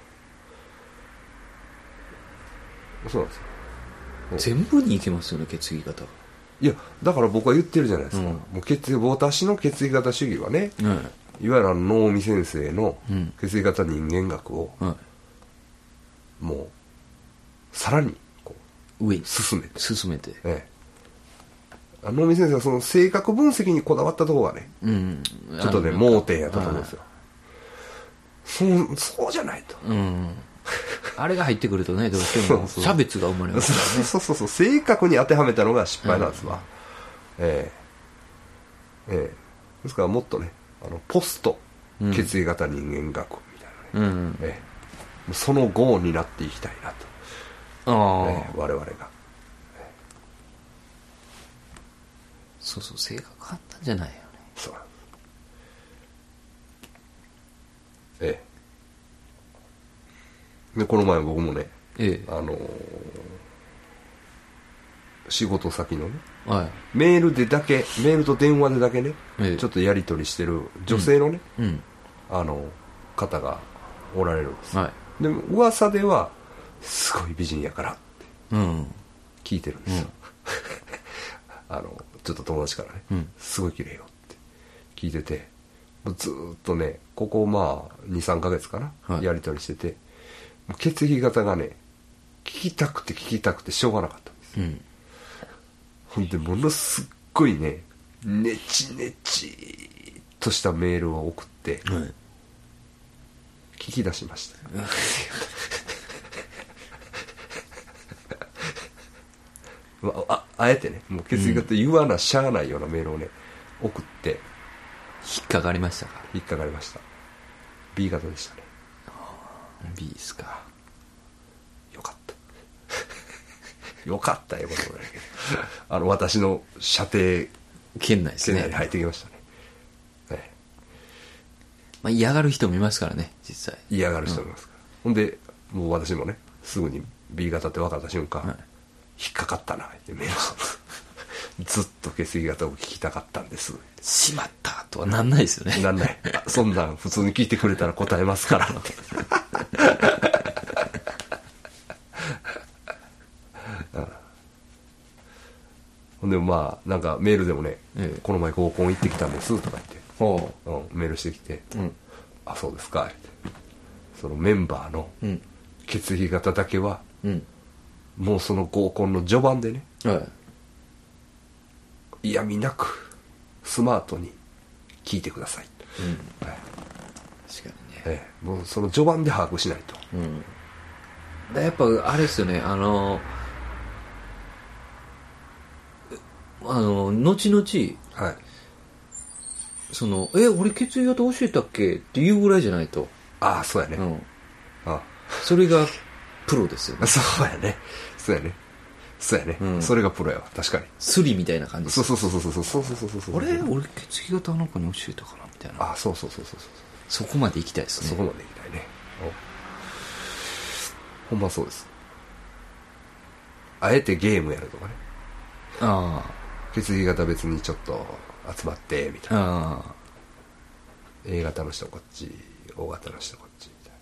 そうなんですよ。 全部に行けますよね、血液型。 いやだから僕は言ってるじゃないですか、うん、もう血液私の血液型主義はね、うん、いわゆるあの能見先生の血液型人間学を、うん、もうさらにこう上に進めて進めて、ええ、能見先生はその性格分析にこだわったところがね、うん、ちょっとね盲点やったと思うんですよ。そうそうじゃないと、うん、 あれが入ってくるとね、どうしても差別が生まれますからね。 そうそうそう、正確に当てはめたのが失敗なんですわ、うん、ええええ、ですからもっとね、あのポスト血液型人間学みたいなね、うん、ええ、その後になっていきたいなと、あ、ええ、我々が、ええ、 そうそう、性格あったんじゃないよね。 そう、ええ、でこの前僕もね、ええ、あのー、仕事先のね、はい、メールでだけメールと電話でだけね、ええ、ちょっとやり取りしてる女性のね、うんうん、あの方がおられるんです、はい、でも噂ではすごい美人やからって聞いてるんですよ、うん、あのちょっと友達からね、うん、すごい綺麗よって聞いてて、ずーっとねここまあ にさんかげつかな、はい、やり取りしてて、血液型がね聞きたくて聞きたくてしょうがなかったんです、うん、ほんでものすっごいねネチネチとしたメールを送って、はい、聞き出しましたあ, あ, あえてね、もう血液型言わなしゃあないようなメールをね送って、 引っかかりましたか？ 引っかかりました。 B 型でしたね。 B ですか。 よかったよかったよことだけどあの私の射程圏内ですね。 圏内に入ってきましたね、はい。 まあ、嫌がる人もいますからね、実際嫌がる人もいますから、うん、ほんでもう私もねすぐに B 型って分かった瞬間、はい、引っかかったなってメールしたんですずっと血液型を聞きたかったんです。 しまったとはなんないですよね。 なんない。そんなん普通に聞いてくれたら答えますからってほんでまあなんかメールでもね、ええ、この前合コン行ってきたんですとか言って、うん、メールしてきて、うん、あそうですかって、そのメンバーの血液型だけは、うん、もうその合コンの序盤でね、はい、嫌味なくスマートに聞いてください、うんはい、 確かにね、 ええ、もうその序盤で把握しないと、 うん、やっぱあれですよね、あのあの後々、はい、そのえ俺血液型教えたっけっていうぐらいじゃないと、 ああそうやね、うん、 ああそれがプロですよね。 そうやねそうやねそうやね、うん、それがプロやわ。確かにスリみたいな感じ。 そうそうそうそうそうそうそうそうそう。 あれ俺血液型あの子に教えたかなみたいな。 あそうそうそうそうそう。 そこまで行きたいですね。 そこまで行きたいね。ほんまそうです。あえてゲームやるとかね。ああ血液型別にちょっと集まってみたいな。ああ A 型の人こっち O 型の人こっちみたいな。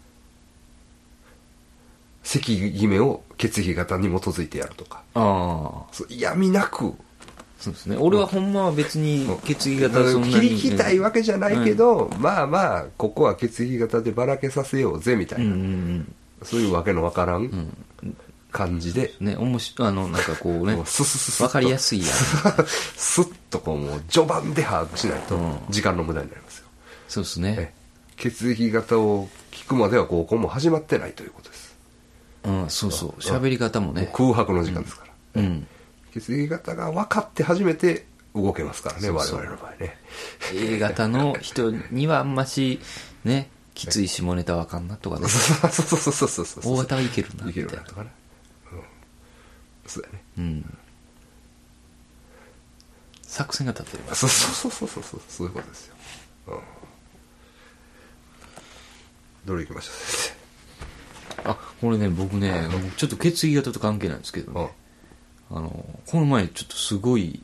関決めを血液型に基づいてやるとか。ああそう嫌味なく。 そうですね。俺はほんまは別に血液型そんなに切り引きたいわけじゃないけど、うん、まあまあここは血液型でばらけさせようぜみたいな、うんうんうん、そういうわけのわからん感じで、 うんね、おもしあのなんかこうねススススわかりやすいやんスッとこうもう序盤で把握しないと時間の無駄になりますよ、うん、 そうですね。 血液型を聞くまでは合コンも始まってないということです。 うん、そうそう喋り方もねも空白の時間ですから、うんうん、血液型が分かって初めて動けますからね。そうそう我々の場合ね A 型の人にはあんましねきつい下ネタわかんなとかねそうそうそうそうそう大型はいけるなみたいな。いけるなとかね、うん、 そうだね、 うん、作戦が立てる。 そうそうそうそうそうそういうことですよ、うん、どれ行きましょう先生。 あこれね僕ね、うん、ちょっと血液型と関係ないんですけどね、うん、あのこの前ちょっとすごい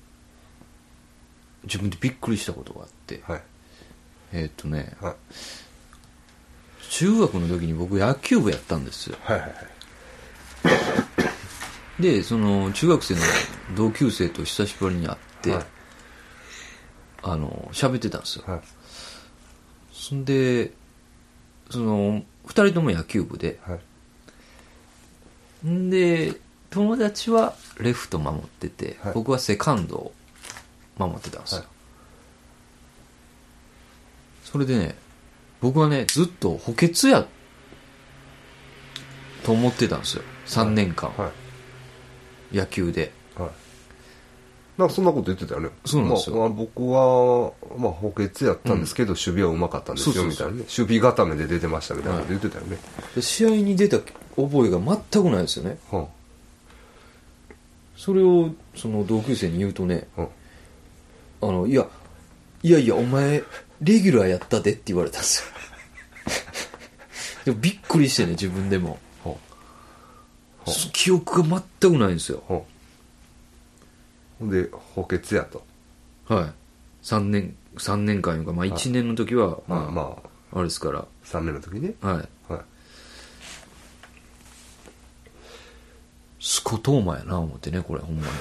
自分でびっくりしたことがあって、はい、えー、っとね、はい、中学の時に僕野球部やったんですよ、はいはいはい、でその中学生の同級生と久しぶりに会って、はい、あの喋ってたんですよ、はい、そんでそのふたりとも野球部で、はい、んで友達はレフト守ってて、はい、僕はセカンドを守ってたんですよ、はい、それでね僕はねずっと補欠やと思ってたんですよさんねんかん、はいはい、野球で、はい、 なんかそんなこと言ってたよね。 そうなんですよ、 まあ、僕は、まあ、補欠やったんですけど、うん、守備はうまかったんですよみたいなね。守備固めで出てましたみたいなこと言ってたよね、はい、 で試合に出た覚えが全くないですよね、はあ、それをその同級生に言うとね、はあ、あのいやいやいやお前レギュラーやったでって言われたんですよでもびっくりしてね自分でも、はあはあ、記憶が全くないんですよ、はあ、 ほんで補欠やと。 はいさんねんさんねんかんいうか、まあ、いちねんの時はまあ、まあまあ、あれですからさんねんの時ね、 はい、はい、スコトーマやな思ってねこれほんまに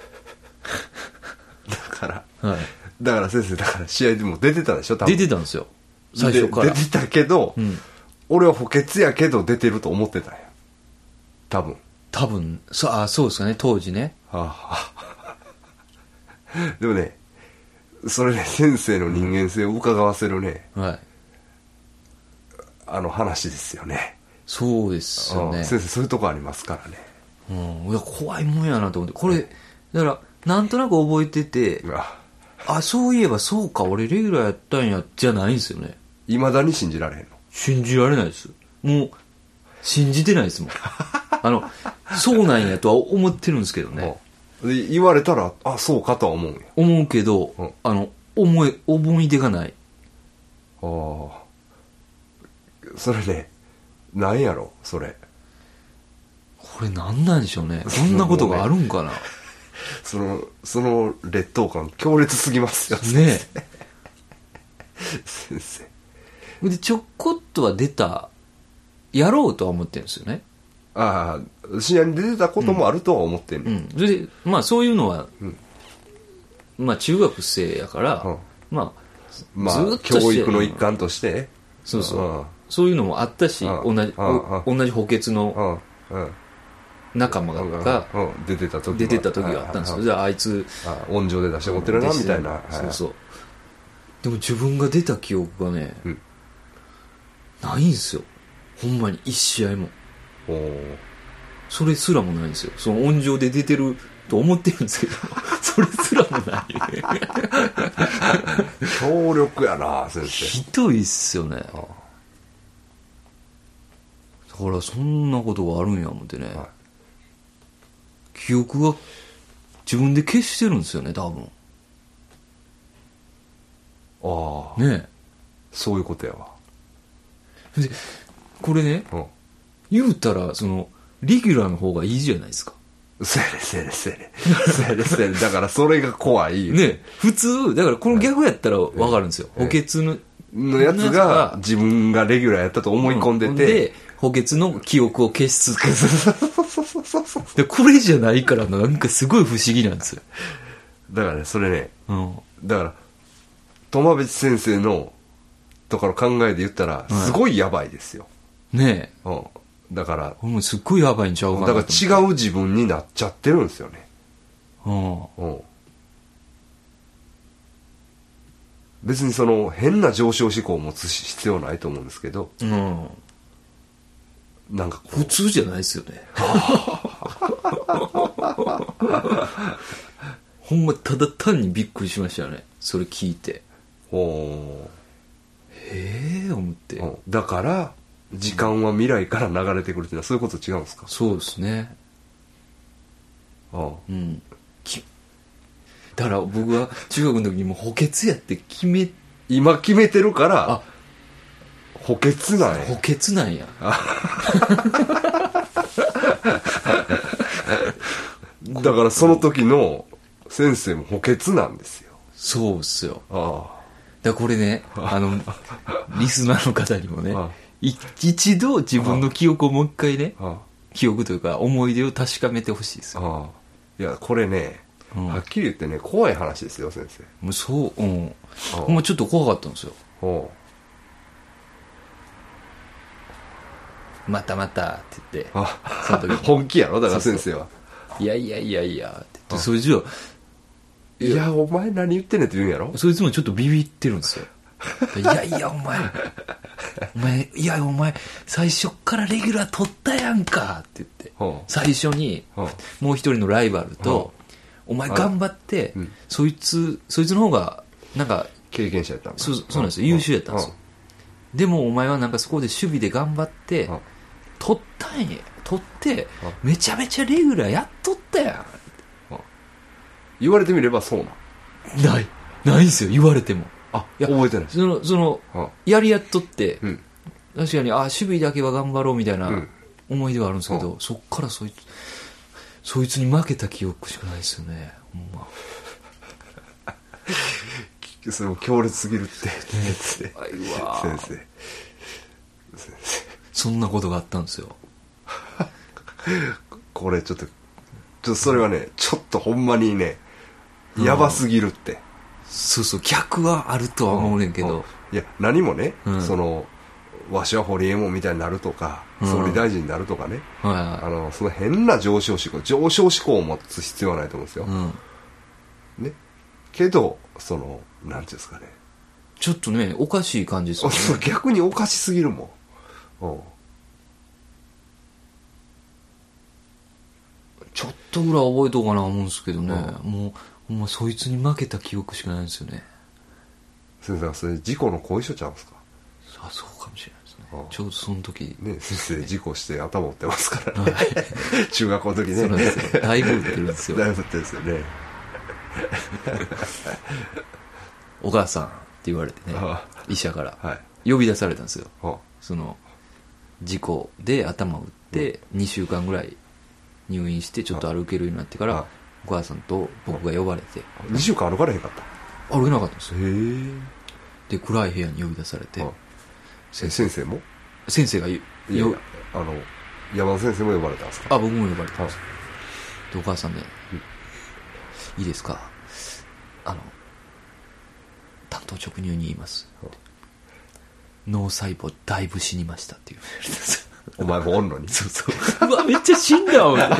だから、はい、だから先生だから試合でも出てたでしょ多分。 出てたんですよ最初から。 出てたけど、うん、俺は補欠やけど出てると思ってたんや多分多分そあそうですかね当時ね、はあはあでもね、それね、先生の人間性を伺わせるね、はい、あの話ですよね。 そうですよね。 先生そういうとこありますからね。 うん、いや怖いもんやなと思って、これだからなんとなく覚えてて、あ、そういえばそうか、俺レギュラーやったんやじゃないんですよね。 いまだに信じられへんの？ 信じられないです。もう信じてないですもん。あのそうなんやとは思ってるんですけどね。 で言われたらあそうかとは思うんや。 思うけど、うん、あの思い思い出がない。 ああ、それね、なんやろそれ。 これなんなんでしょうね。そんなことがあるんかな。 そのその劣等感強烈すぎますよね。 先生。 でちょこっとは出た、やろうとは思ってるんですよね。 ああ、試合に出てたこともあるとは思ってんね、 うんうん、それでまあそういうのは、うん、まあ中学生やから、うん、まあまあ、ずっと教育の一環として、 そうそう、うん、そういうのもあったし、同じ、同じ補欠の仲間が出てた時出てた時があったんですよ。じゃああいつ温情で出して持ってるなみたいな。 そうそう。でも自分が出た記憶がね、うん、ないんですよ。ほんまに一試合も。それすらもないんですよ。その温情で出てると思ってるんですけど、それすらもない。 強力やな先生。 ひどいっすよね。ああ、だからそんなことがあるんや思ってね、はい、記憶が自分で消してるんですよね多分。 ああ、 ねえ、 そういうことやわ。 でこれね、うん、言うたらそのレギュラーの方がいいじゃないですか。 そうやねそうやねそうやねそうやねそうやね。だからそれが怖いね。普通だからこの逆やったら分かるんですよ、補欠ののやつが自分がレギュラーやったと思い込んでて、うん、で補欠の記憶を消し続ける。でこれじゃないからなんかすごい不思議なんですよ。 だからねそれね、うん、だから苫米先生のところ考えで言ったらすごいやばいですよ、 はい、ねえ、 うん、だからもうすっごいやばいんちゃうかな。 だから違う自分になっちゃってるんですよね。うん、うん、別にその変な上昇志向を持つ必要ないと思うんですけど、うん、なんかこう普通じゃないですよね。ほんまただ単にびっくりしましたよねそれ聞いて。ほう、へえ思って、 うん、だから時間は未来から流れてくるっていうのはそういうこと違うんですか？ そうですね。ああ、うん、だから僕は中学の時にもう補欠やって決め今決めてるからあ補欠なんや補欠なんやだからその時の先生も補欠なんですよ。 そうっすよ。ああ、だからこれね、あのリスナーの方にもね、ああ一度自分の記憶をもう一回ね、ああ記憶というか思い出を確かめてほしいですよ。 ああ、いやこれね、うん、はっきり言ってね怖い話ですよ先生。 もうそう、うん、もうちょっと怖かったんですよ。またまたって言ってあその時本気やろだから先生は。 そうそう、いやいやいやいやって言って、そいつはいやお前何言ってんねんって言うんやろ。 そいつもちょっとビビってるんですよ。いやいやお前お前いやお前最初からレギュラー取ったやんかって言って、最初にもう一人のライバルとお前頑張って、うん、そいつそいつの方がなんか経験者やったんだ。 そうそうなんですよ、優秀やったんですよ。でもお前はなんかそこで守備で頑張って取ったんや、取ってめちゃめちゃレギュラーやっとったやん。 言われてみればそうなんないないんですよ言われても。 あ、いや覚えてない。 そのそのやりやっとって、うん、確かにあ守備だけは頑張ろうみたいな思い出はあるんですけど、うん、そっからそいつそいつに負けた記憶しかないですよねほんま。 それも強烈すぎるって先生先生そんなことがあったんですよ。 これちょっとちょっとそれはねちょっとほんまにねやばすぎるって、うん、 そうそう逆はあるとは思うねんけど、うんうん、 いや何もね、うん、そのわしはホリエモンみたいになるとか、うん、総理大臣になるとかね、はいはい、あのその変な上昇志向上昇志向を持つ必要はないと思うんですよ、うん、ね、 けどそのなんていうんですかね、 ちょっとねおかしい感じですよね。 逆におかしすぎるもん、うん、 ちょっとぐらい覚えとうかな思うんですけどね、うん、もうほんまそいつに負けた記憶しかないんですよね。 先生はそれ事故の後遺症ちゃうんですか。 あ、そうかもしれないですね、うん、ちょうどその時ね、先生事故して頭打ってますからね、はい、中学校の時ね。 そうなんですよ、だいぶ打ってるんですよ。 だいぶ打ってるんですよね。 お母さんって言われてね、医者から呼び出されたんですよ、はい、その事故で頭打ってにしゅうかんぐらい入院してちょっと歩けるようになってから、はい、お母さんと僕が呼ばれて。 にしゅうかん歩かれへんかった。 歩けなかったんですよ。 へえ。 で暗い部屋に呼び出されて、はい、 先生先生も先生がよいやいやあの山田先生も呼ばれたんですか。 あ、僕も呼ばれたんです、はい、でお母さんね、うん、いいですか、あの担当直入に言います、はい、脳細胞だいぶ死にましたって言われたんですよ。 お前もおんのに。 そうそう。うわめっちゃ死んだわ。うわ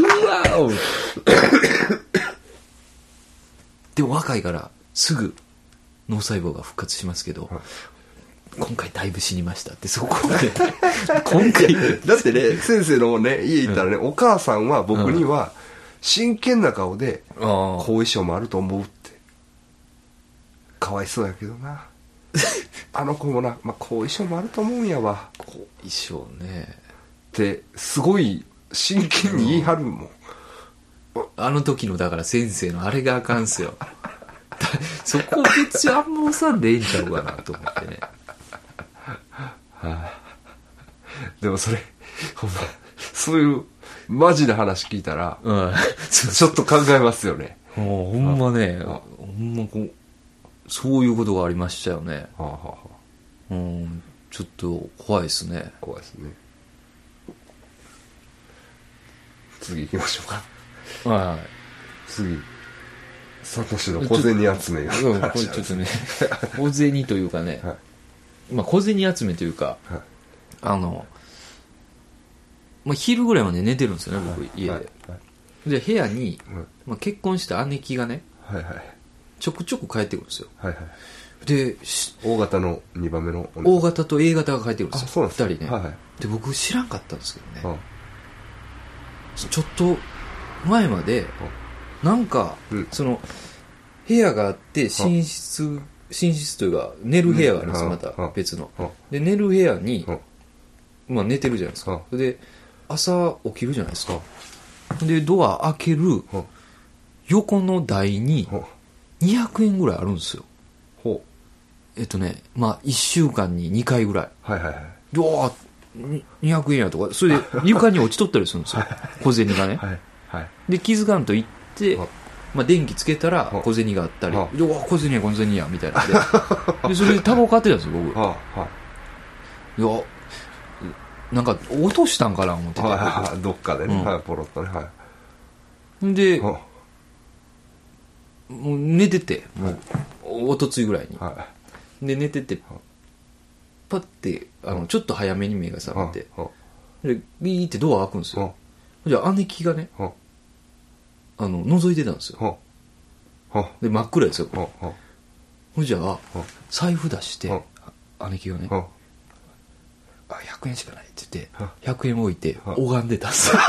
でも若いからすぐ脳細胞が復活しますけど、はい、今回だいぶ死にましたってそこで今回だってね先生のね家行ったらね、うん、お母さんは僕には真剣な顔で後遺症もあると思うって、かわいそうやけどなあの子もな、まあ、後遺症もあると思うんやわ。 後遺症ねってすごい真剣に言い張るもん、 うん、あの時のだから先生のあれがあかんすよそこ別にあんま押さんでいいんちゃうかなと思ってねはあ、でもそれほんまそういうマジな話聞いたら、うん、ちょっと考えますよね。 ほんまね、ほんまこうそういうことがありましたよね。はあはあ、うん、ちょっと怖いですね。 怖いですね。次行きましょうか。はい。次。サトシの小銭集めが。 うん、これちょっとね、小銭というかね、はい、まあ小銭集めというか、はい、あの、まあ昼ぐらいまで寝てるんですよね、僕、はい、家で。はいはい、で、部屋に、はい、まあ、結婚した姉貴がね、はいはい、ちょくちょく帰ってくるんですよ。はいはい、で、 大型のにばんめの大型と A 型が帰ってくるんですよ。 あ、そうなんですか。 ふたりね、はいはい。で、僕知らんかったんですけどね、はあ、ちょっと前まで、はあなんか、うん、その部屋があって寝室寝室というか寝る部屋があるんですよ、また別ので寝る部屋に、まあ、寝てるじゃないですか。で朝起きるじゃないですか。でドア開ける横の台ににひゃくえんぐらいあるんですよ。えっとねまあいっしゅうかんににかいぐらい、はいはいはい、でわーにひゃくえんやとかそれで床に落ちとったりするんですよ小銭がね、はいはい、で気づかんと行ってで、まあ、電気つけたら小銭があったり、うわ小銭や小銭やみたいなで、でそれでタバコ買ってたんですよ僕。はあはあ、いやなんか落としたんかな思ってて、はいはいはい、 どっかでね、うん、はい、ポロッとね、はい、 で、はあ、もう寝ててもうおとついぐらいに、はい、で寝ててパッてあのちょっと早めに目が覚めて、はあ、でビーってドア開くんですよ、はあ、じゃあ姉貴がね、はああの覗いてたんですよ。ははで真っ暗ですよ。ははほんじゃあ財布出して姉貴がね、はあひゃくえんしかないって言ってひゃくえん置いて拝んでたんですよ。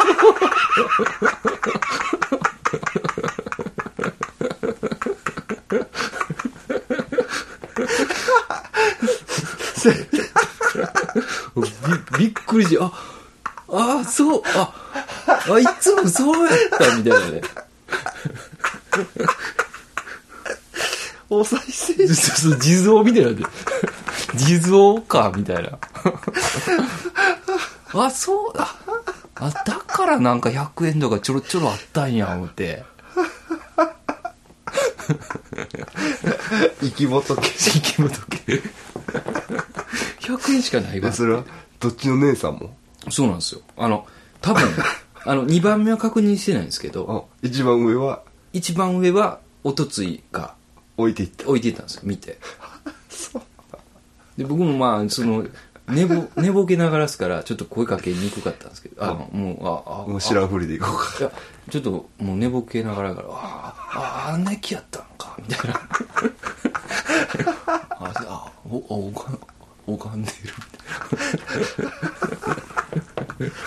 び, びっくりしてああそうああいつもそうやったみたいなねお賽銭そうそう地蔵みたいなんで地蔵かみたいなあそうだあだからなんかひゃくえんとかちょろちょろあったんや思って生き仏生き仏ひゃくえんしかないわ。 それはどっちの姉さんもそうなんですよ。あの多分あのにばんめは確認してないんですけど一番上は一番上はおとついが置いていった置いていったんですよ見てそうで僕もまあその寝ぼ寝ぼけながらですからちょっと声かけにくかったんですけどあのもうああもう知らんふりでいこうか。 いやちょっともう寝ぼけながらからああ姉貴やったのかみたいなああおおか拝んでるみたいな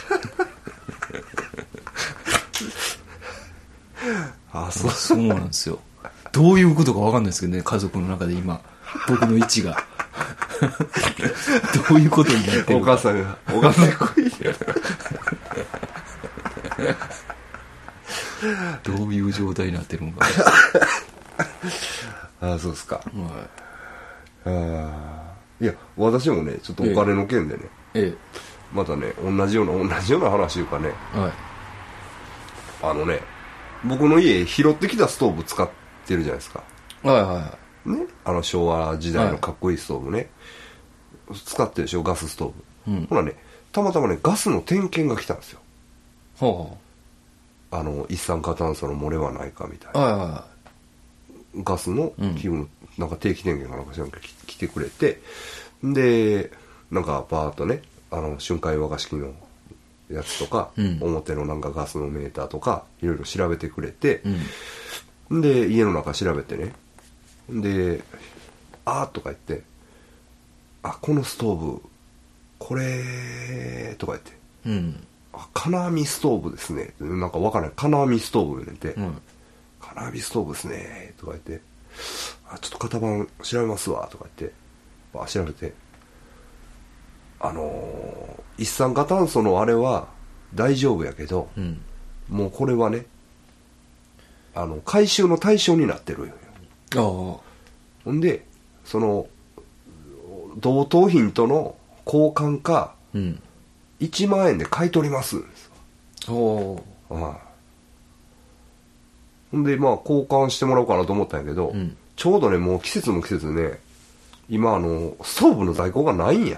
あ、そうそうなんですよ。どういうことか分かんないですけどね、家族の中で今僕の位置がどういうことになってるか。 お母さんがお母さんが来いどういう状態になってるのかああ、そうですか、 はい、 あいや私もねちょっとお金の件でね、 ええ、 またね同じような同じような話いうかね、 はい、 あのね僕の家拾ってきたストーブ使ってるじゃないですか。 はいはいはい。 ね、あの昭和時代のかっこいいストーブね、はい、使ってるでしょ、ガスストーブ、うん、ほらねたまたまねガスの点検が来たんですよ。 ほうあの一酸化炭素の漏れはないかみたいな、 はいはいはい、 ガスの器具のなんか定期点検かなんかしらんか来てくれて、でなんかバーッとねあの瞬間湯沸かし器のやつとか、うん、表のなんかガスのメーターとかいろいろ調べてくれて、うん、で家の中調べてね、であーとか言って、あこのストーブこれとか言って、うん、あ金網ストーブですね、なんかわからない金網ストーブ入れて、うん、金網ストーブですねとか言って、あちょっと型番調べますわとか言ってあ調べて、あのー、一酸化炭素のあれは大丈夫やけど、うん、もうこれはねあの回収の対象になってるよ。ほんでその同等品との交換か、うん、いちまんえんで買い取りますんですよ。おあほんでまあ交換してもらおうかなと思ったんやけど、うん、ちょうどねもう季節も季節でね今あのストーブの在庫がないんやって。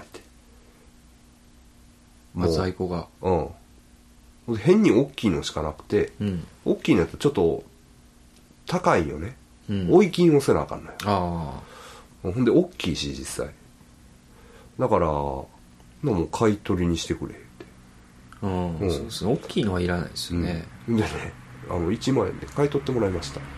まあ、在庫がうん変に大きいのしかなくて、うん、大きいのやつちょっと高いよね、うん、追い金をせなあかんのよ。あほんで大きいし実際だからもう買い取りにしてくれって。 うん、うん、そうですね大きいのはいらないですよね、 うん、でねあのいちまんえんで買い取ってもらいました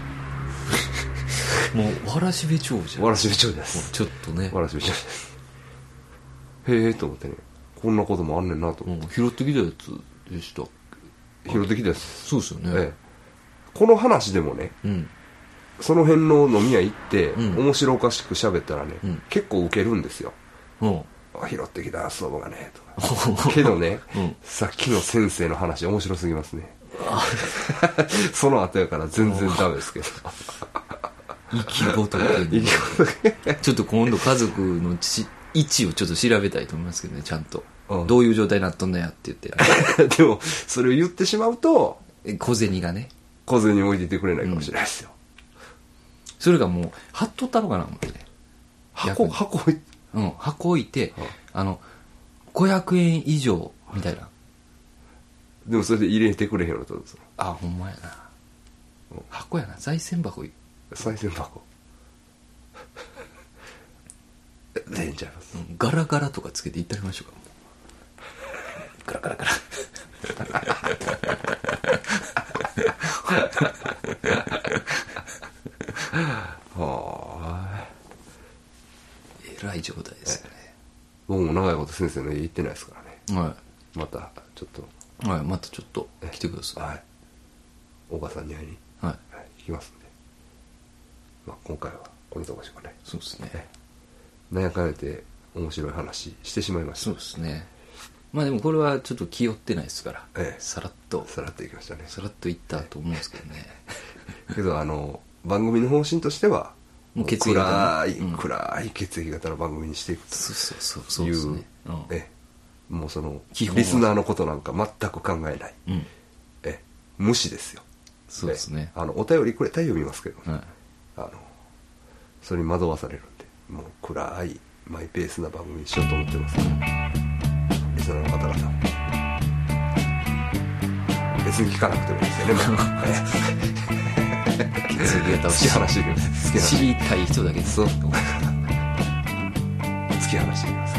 もうわらしべ長者わらしべ長者ですちょっとねわらしべ長者ですへえと思ってねこんなこともあんねんなと思って、 うん、拾ってきたやつでした。 拾ってきたやつそうですよね、 ええ、この話でもね、うん、その辺の飲み屋行って、うん、面白おかしく喋ったらね、うん、結構ウケるんですよ、うん、拾ってきたストーブがねとかけどね、うん、さっきの先生の話面白すぎますねその後やから全然ダメですけど息ごとけちょっと今度家族のち位置をちょっと調べたいと思いますけどねちゃんと、うん、どういう状態になっとんのやって言ってでもそれを言ってしまうと小銭がね小銭置いててくれないかもしれないですよ、 うん、それがもう貼っとったのかな思って箱箱置いてうん箱置いて、うん、あのごひゃくえん以上みたいなでもそれで入れてくれへんのとあほんまやな、うん、箱やな財銭箱賽銭箱出んちゃいます、 うん、ガラガラとかつけていったりましょうかガラガラガラはあえらい状態ですよね。 僕も長いこと先生の家行ってないですからね、はい、またちょっとはいまたちょっと来てください、はい、 お母さんに会いに、はいはい、行きますんで、まあ、今回はこのとこでしょうかね。 そうですねなんやかんやて面白い話してしまいました。 そうですね。まあでもこれはちょっと気負ってないですから、ええ、さらっとさらっといきましたね。 さらっといったと思うんですけどね、 ええ、けどあの番組の方針としてはもう血液型暗い、うん、暗い血液型の番組にしていくというそうそうそうそうですね、うん、 ええ、もうそのリスナーのことなんか全く考えない、うん、ええ、無視ですよ。 そうですね、 あのお便りくれたら読みますけど、ね、はい、あのそれに惑わされるんでもう暗いマイペースな番組にしようと思ってます、ね、リスナーの方々別に聞かなくてもいいですよね血液型を突き放していきます。 知りたい人だけです。 そう突き放していきます。